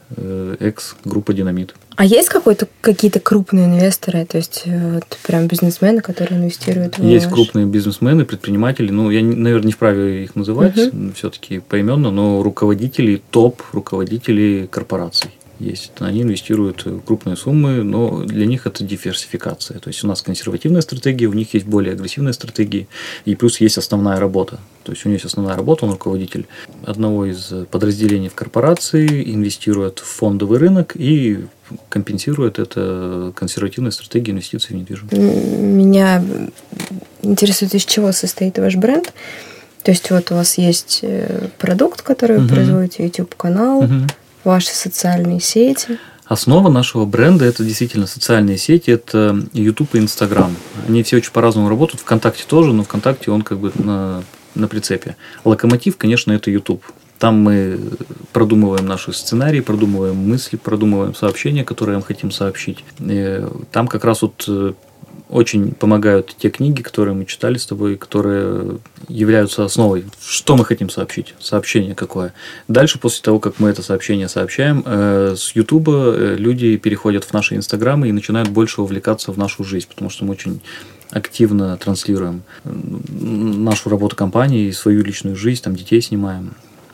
экс-группа «Динамит». А есть какие-то крупные инвесторы, то есть прям бизнесмены, которые инвестируют в Есть крупные бизнесмены, предприниматели, я, наверное, не вправе их называть, все-таки поименно, но руководители, топ-руководители корпораций есть. Они инвестируют крупные суммы, но для них это диверсификация. То есть у нас консервативная стратегия, у них есть более агрессивные стратегии, и плюс есть основная работа. То есть у него есть основная работа, он руководитель одного из подразделений в корпорации, инвестирует в фондовый рынок и компенсирует это консервативной стратегией инвестиций в недвижимость. Меня интересует, из чего состоит ваш бренд. То есть вот у вас есть продукт, который вы производите, YouTube-канал, ваши социальные сети. Основа нашего бренда – это действительно социальные сети, это YouTube и Instagram. Они все очень по-разному работают. ВКонтакте тоже, но ВКонтакте он как бы на прицепе. Локомотив, конечно, это YouTube. Там мы продумываем наши сценарии, продумываем мысли, продумываем сообщения, которые мы хотим сообщить. И там как раз очень помогают те книги, которые мы читали с тобой, которые являются основой. Что мы хотим сообщить? Сообщение какое? Дальше, после того, как мы это сообщение сообщаем, с Ютуба люди переходят в наши инстаграмы и начинают больше увлекаться в нашу жизнь, потому что мы очень активно транслируем нашу работу компании, свою личную жизнь, там детей снимаем.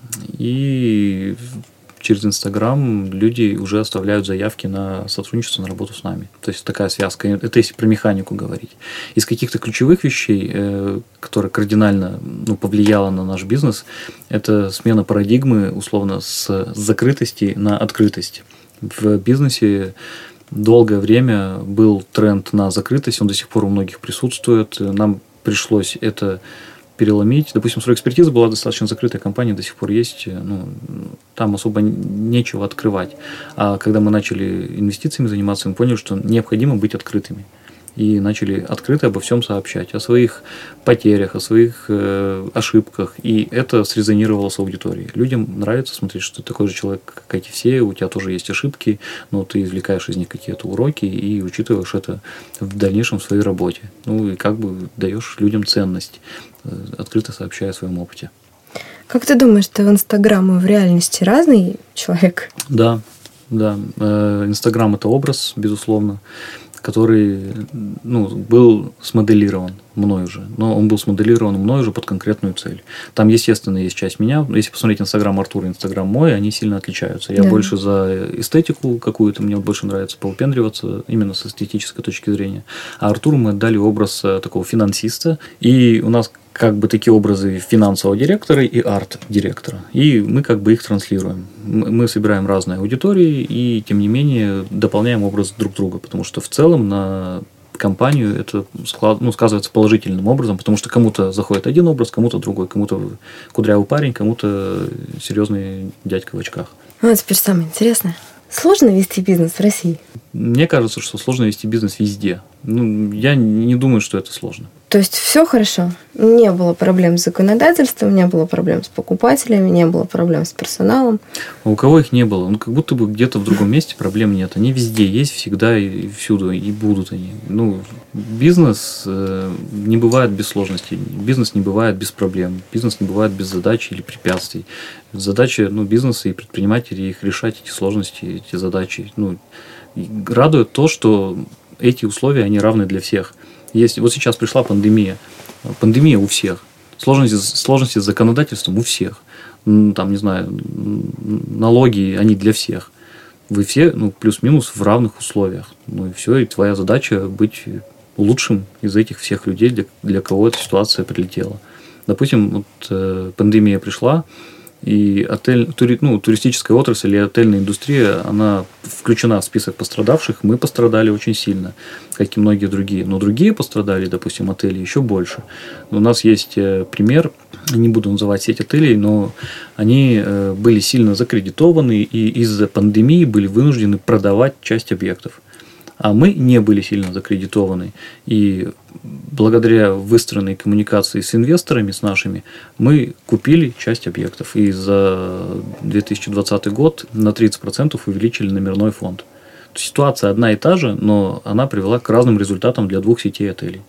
И через Инстаграм люди уже оставляют заявки на сотрудничество, на работу с нами. То есть такая связка. Это если про механику говорить. Из каких-то ключевых вещей, которые кардинально повлияла на наш бизнес, это смена парадигмы, условно, с закрытости на открытость. В бизнесе долгое время был тренд на закрытость, он до сих пор у многих присутствует. Нам пришлось это переломить. Допустим, «Стройэкспертиза» была достаточно закрытая компания, до сих пор есть. Там особо нечего открывать. А когда мы начали инвестициями заниматься, мы поняли, что необходимо быть открытыми. И начали открыто обо всем сообщать. О своих потерях, о своих ошибках. И это срезонировало с аудиторией. Людям нравится смотреть, что ты такой же человек, как и все, у тебя тоже есть ошибки, но ты извлекаешь из них какие-то уроки и учитываешь это в дальнейшем в своей работе. И как бы даешь людям ценность, открыто сообщая о своем опыте. Как ты думаешь, ты в Инстаграм и в реальности разный человек? Да. Инстаграм – это образ, безусловно, который был смоделирован мной уже. Но он был смоделирован мной уже под конкретную цель. Там, естественно, есть часть меня. Если посмотреть Инстаграм Артура и Инстаграм мой, они сильно отличаются. Я больше за эстетику какую-то, мне больше нравится поупендриваться именно с эстетической точки зрения. А Артуру мы отдали образ такого финансиста. И у нас как бы такие образы финансового директора и арт-директора. И мы как бы их транслируем. Мы собираем разные аудитории и, тем не менее, дополняем образ друг друга. Потому что в целом на компанию это сказывается положительным образом, потому что кому-то заходит один образ, кому-то другой. Кому-то кудрявый парень, кому-то серьезный дядька в очках. А теперь самое интересное. Сложно вести бизнес в России? Мне кажется, что сложно вести бизнес везде. Я не думаю, что это сложно. То есть все хорошо? Не было проблем с законодательством, не было проблем с покупателями, не было проблем с персоналом? А у кого их не было? Как будто бы где-то в другом месте проблем нет. Они везде есть, всегда и всюду, и будут они. Бизнес не бывает без сложностей, бизнес не бывает без проблем, бизнес не бывает без задач или препятствий. Задача бизнеса и предпринимателей их решать, эти сложности, эти задачи. Радует то, что эти условия, они равны для всех. Вот сейчас пришла пандемия. Пандемия у всех. Сложности с законодательством у всех. Налоги, они для всех. Вы все, плюс-минус в равных условиях. И все, и твоя задача быть лучшим из этих всех людей, для кого эта ситуация прилетела. Допустим, пандемия пришла, и туристическая отрасль и отельная индустрия, она включена в список пострадавших. Мы пострадали очень сильно, как и многие другие. Но другие пострадали, допустим, отели еще больше. У нас есть пример, не буду называть сеть отелей, но они были сильно закредитованы и из-за пандемии были вынуждены продавать часть объектов. А мы не были сильно закредитованы. И благодаря выстроенной коммуникации с инвесторами, с нашими, мы купили часть объектов. И за 2020 год на 30% увеличили номерной фонд. Ситуация одна и та же, но она привела к разным результатам для двух сетей отелей.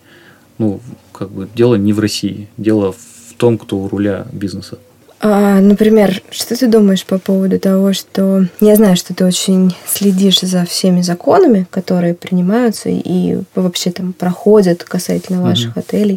Дело не в России. Дело в том, кто у руля бизнеса. Например, что ты думаешь по поводу того, что... Я знаю, что ты очень следишь за всеми законами, которые принимаются и вообще там проходят касательно ваших отелей.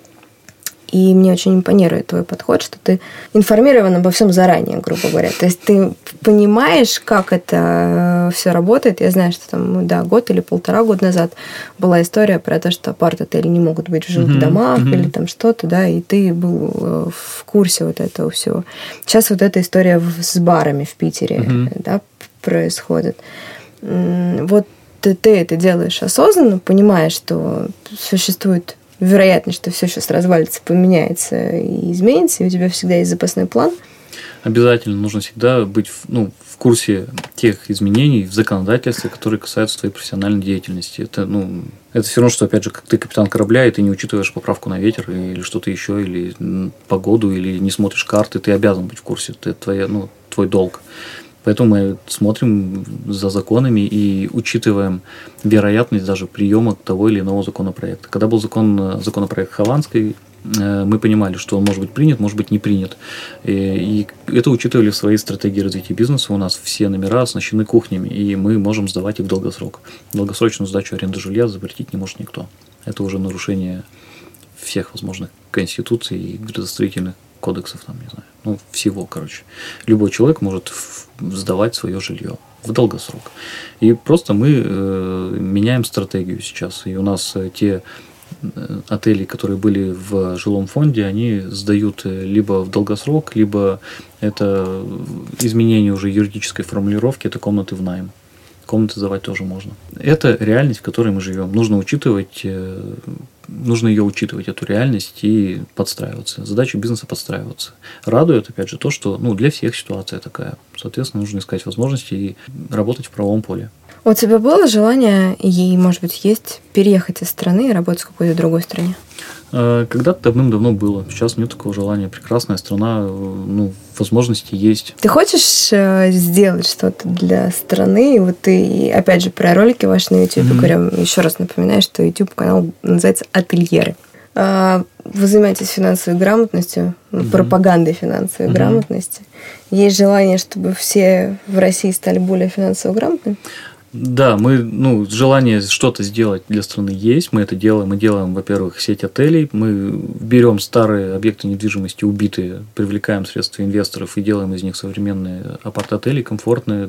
И мне очень импонирует твой подход, что ты информирован обо всем заранее, грубо говоря. То есть ты понимаешь, как это все работает. Я знаю, что год или 1,5 года назад была история про то, что апарт-отели не могут быть в жилых домах или там что-то, да, и ты был в курсе вот этого всего. Сейчас вот эта история с барами в Питере да, происходит. Вот ты это делаешь осознанно, понимая, что существует вероятность, что все сейчас развалится, поменяется и изменится, и у тебя всегда есть запасной план? Обязательно нужно всегда быть в курсе тех изменений в законодательстве, которые касаются твоей профессиональной деятельности. Это все равно, что, опять же, как ты капитан корабля, и ты не учитываешь поправку на ветер или что-то еще, или погоду, или не смотришь карты, ты обязан быть в курсе. Это твой долг. Поэтому мы смотрим за законами и учитываем вероятность даже приема того или иного законопроекта. Когда был законопроект Хованской, мы понимали, что он может быть принят, может быть не принят. И это учитывали в своей стратегии развития бизнеса. У нас все номера оснащены кухнями, и мы можем сдавать их в долгосрок. Долгосрочную сдачу аренды жилья запретить не может никто. Это уже нарушение всех возможных конституций и градостроительных кодексов, всего, Любой человек может сдавать свое жилье в долгосрок. И просто мы меняем стратегию сейчас. И у нас те отели, которые были в жилом фонде, они сдают либо в долгосрок, либо это изменение уже юридической формулировки, это комнаты в найм. Комнаты сдавать тоже можно. Это реальность, в которой мы живем. Нужно ее учитывать, эту реальность, и подстраиваться. Задача бизнеса подстраиваться. Радует, опять же, то, что для всех ситуация такая. Соответственно, нужно искать возможности и работать в правовом поле. У тебя было желание, и, может быть, есть, переехать из страны и работать в какой-то другой стране? Когда-то давным-давно было. Сейчас нет такого желания. Прекрасная страна, возможности есть. Ты хочешь сделать что-то для страны? Вот ты, опять же, про ролики ваши на YouTube говорим. Еще раз напоминаю, что YouTube-канал называется «Ательеры». Вы занимаетесь финансовой грамотностью, пропагандой финансовой грамотности. Есть желание, чтобы все в России стали более финансово грамотными? Да, желание что-то сделать для страны есть, мы это делаем. Мы делаем, во-первых, сеть отелей, мы берем старые объекты недвижимости, убитые, привлекаем средства инвесторов и делаем из них современные апарт-отели, комфортные,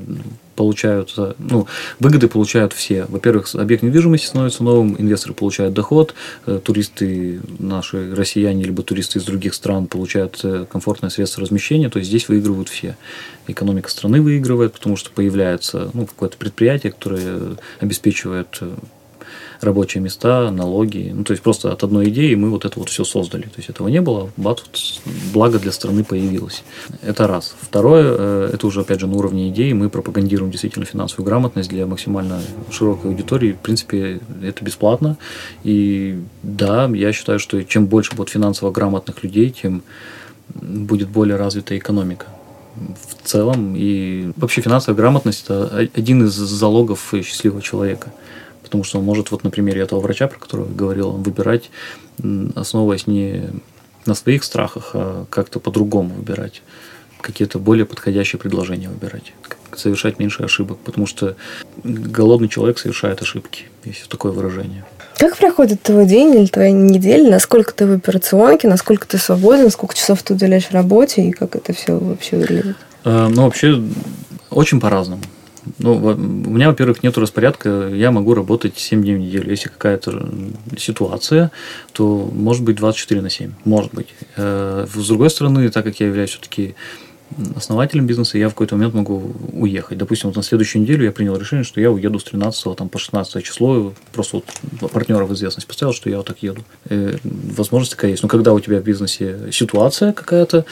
выгоды получают все. Во-первых, объект недвижимости становится новым, инвесторы получают доход, туристы наши, россияне, либо туристы из других стран получают комфортное средство размещения, то есть здесь выигрывают все. Экономика страны выигрывает, потому что появляется какое-то предприятие, которое обеспечивает рабочие места, налоги. То есть просто от одной идеи мы вот это вот все создали. То есть этого не было, благо для страны появилось. Это раз. Второе, это уже опять же на уровне идеи, мы пропагандируем действительно финансовую грамотность для максимально широкой аудитории. В принципе, это бесплатно. И да, я считаю, что чем больше будет финансово грамотных людей, тем будет более развита экономика в целом. И вообще финансовая грамотность – это один из залогов счастливого человека. Потому что он может, на примере этого врача, про которого я говорил, он выбирать, основываясь не на своих страхах, а как-то по-другому выбирать. Какие-то более подходящие предложения выбирать. Совершать меньше ошибок. Потому что голодный человек совершает ошибки. Есть такое выражение. Как проходит твой день или твоя неделя? Насколько ты в операционке? Насколько ты свободен? Сколько часов ты уделяешь работе? И как это все вообще выглядит? Вообще, очень по-разному. У меня, во-первых, нет распорядка, я могу работать 7 дней в неделю. Если какая-то ситуация, то может быть 24/7. Может быть. С другой стороны, так как я являюсь все-таки основателем бизнеса, я в какой-то момент могу уехать. Допустим, на следующую неделю я принял решение, что я уеду с 13 по 16 число. Просто партнера в известность поставил, что я так еду. Возможность такая есть. Но когда у тебя в бизнесе ситуация какая-то,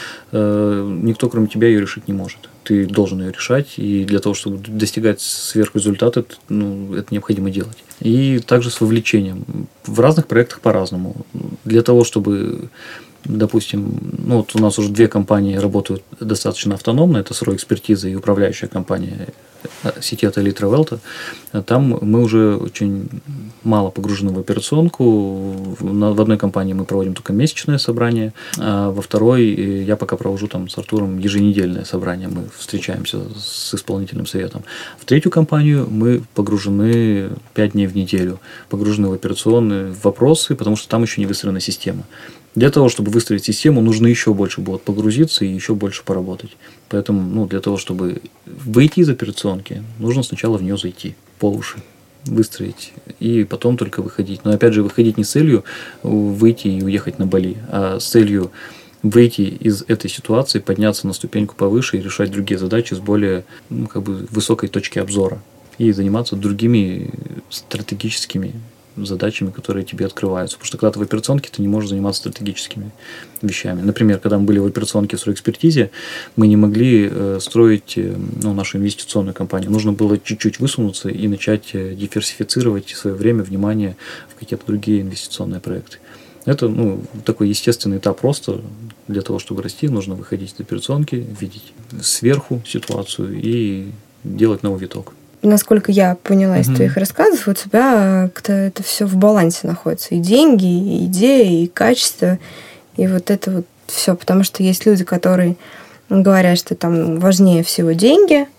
никто, кроме тебя, ее решить не может. Ты должен ее решать, и для того, чтобы достигать сверхрезультата, это необходимо делать. И также с вовлечением. В разных проектах по-разному. Для того, чтобы, допустим, у нас уже 2 компании работают достаточно автономно, это сырой экспертиза и управляющая компания сети отелей Travelta. Там мы уже очень мало погружены в операционку. В одной компании мы проводим только месячное собрание, а во второй я пока провожу там с Артуром еженедельное собрание. Мы встречаемся с исполнительным советом. В третью компанию мы погружены 5 дней в неделю, погружены в операционные вопросы, потому что там еще не выстроена система. Для того, чтобы выстроить систему, нужно еще больше будет погрузиться и еще больше поработать. Поэтому, для того, чтобы выйти из операционки, нужно сначала в нее зайти по уши, выстроить, и потом только выходить. Но опять же, выходить не с целью выйти и уехать на Бали, а с целью выйти из этой ситуации, подняться на ступеньку повыше и решать другие задачи с более высокой точки обзора. И заниматься другими стратегическими задачами, которые тебе открываются. Потому что когда ты в операционке, ты не можешь заниматься стратегическими вещами. Например, когда мы были в операционке в стройэкспертизе, мы не могли строить нашу инвестиционную компанию. Нужно было чуть-чуть высунуться и начать диверсифицировать свое время, внимание в какие-то другие инвестиционные проекты. Это такой естественный этап просто. Для того, чтобы расти, нужно выходить из операционки, видеть сверху ситуацию и делать новый виток. Насколько я поняла из твоих рассказов, у тебя как-то это все в балансе находится. И деньги, и идеи, и качество, и вот это вот все. Потому что есть люди, которые говорят, что там важнее всего деньги,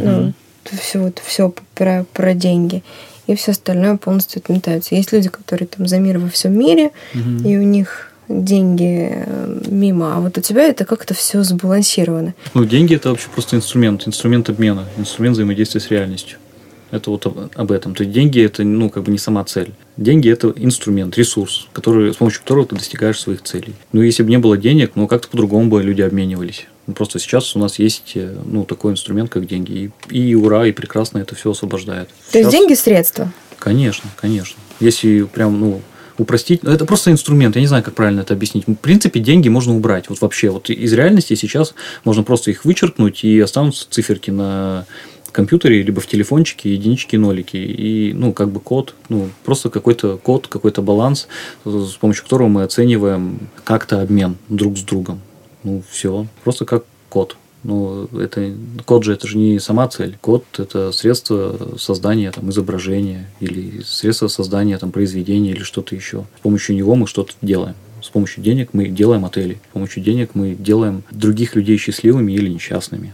все про деньги, и все остальное полностью отметается. Есть люди, которые там за мир во всем мире, и у них деньги мимо, а вот у тебя это как-то все сбалансировано. Деньги – это вообще просто инструмент обмена, инструмент взаимодействия с реальностью. Это вот об этом. То есть деньги – это не сама цель. Деньги – это инструмент, ресурс, с помощью которого ты достигаешь своих целей. Если бы не было денег, как-то по-другому бы люди обменивались. Просто сейчас у нас есть такой инструмент, как деньги. И ура, и прекрасно это все освобождает. То есть деньги – средства? Конечно. Если прям, упростить. Это просто инструмент. Я не знаю, как правильно это объяснить. В принципе, деньги можно убрать. Вот вообще. Вот из реальности сейчас можно просто их вычеркнуть, и останутся циферки на компьютере, либо в телефончике, единички, нолики. И, код. Просто какой-то код, какой-то баланс, с помощью которого мы оцениваем как-то обмен друг с другом. Все. Просто как код. Но код это же не сама цель. Код – это средство создания изображения или средство создания произведения или что-то еще. С помощью него мы что-то делаем. С помощью денег мы делаем отели. С помощью денег мы делаем других людей счастливыми или несчастными.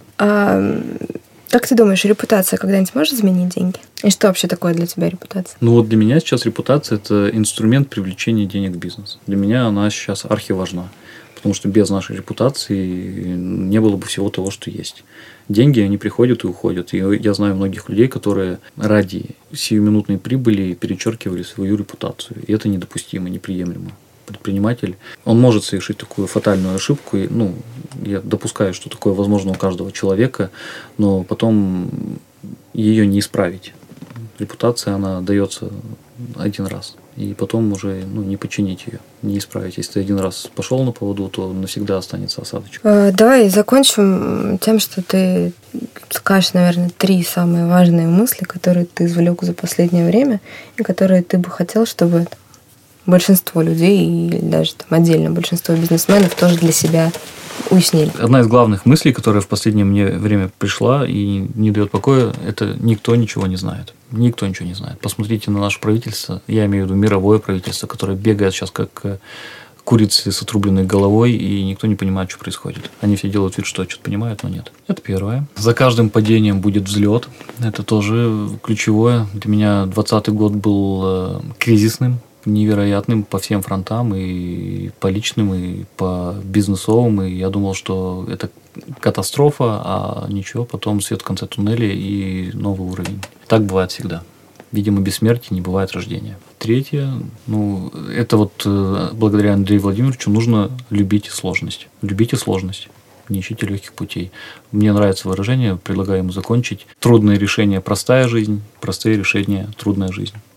Как ты думаешь, репутация когда-нибудь может изменить деньги? И что вообще такое для тебя репутация? Для меня сейчас репутация – это инструмент привлечения денег в бизнес. Для меня она сейчас архиважна. Потому что без нашей репутации не было бы всего того, что есть. Деньги, они приходят и уходят. И я знаю многих людей, которые ради сиюминутной прибыли перечеркивали свою репутацию. И это недопустимо, неприемлемо. Предприниматель, он может совершить такую фатальную ошибку. Я допускаю, что такое возможно у каждого человека, но потом ее не исправить. Репутация, она дается один раз. И потом уже не починить ее, не исправить. Если ты один раз пошел на поводу, то навсегда останется осадочек. Давай закончим тем, что ты скажешь, наверное, 3 самые важные мысли, которые ты извлек за последнее время, и которые ты бы хотел, чтобы большинство людей, или даже отдельно большинство бизнесменов тоже для себя уяснили. Одна из главных мыслей, которая в последнее мне время пришла и не дает покоя, это никто ничего не знает. Никто ничего не знает. Посмотрите на наше правительство, я имею в виду мировое правительство, которое бегает сейчас как курицы с отрубленной головой, и никто не понимает, что происходит. Они все делают вид, что что-то понимают, но нет. Это первое. За каждым падением будет взлет. Это тоже ключевое. Для меня 2020 год был кризисным, невероятным по всем фронтам, и по личным, и по бизнесовым. И я думал, что это катастрофа, а ничего, потом свет в конце туннеля и новый уровень. Так бывает всегда. Видимо, без смерти не бывает рождения. Третье, это благодаря Андрею Владимировичу нужно любить сложность. Любите сложность. Не ищите легких путей. Мне нравится выражение, предлагаю ему закончить. Трудные решения – простая жизнь, простые решения – трудная жизнь.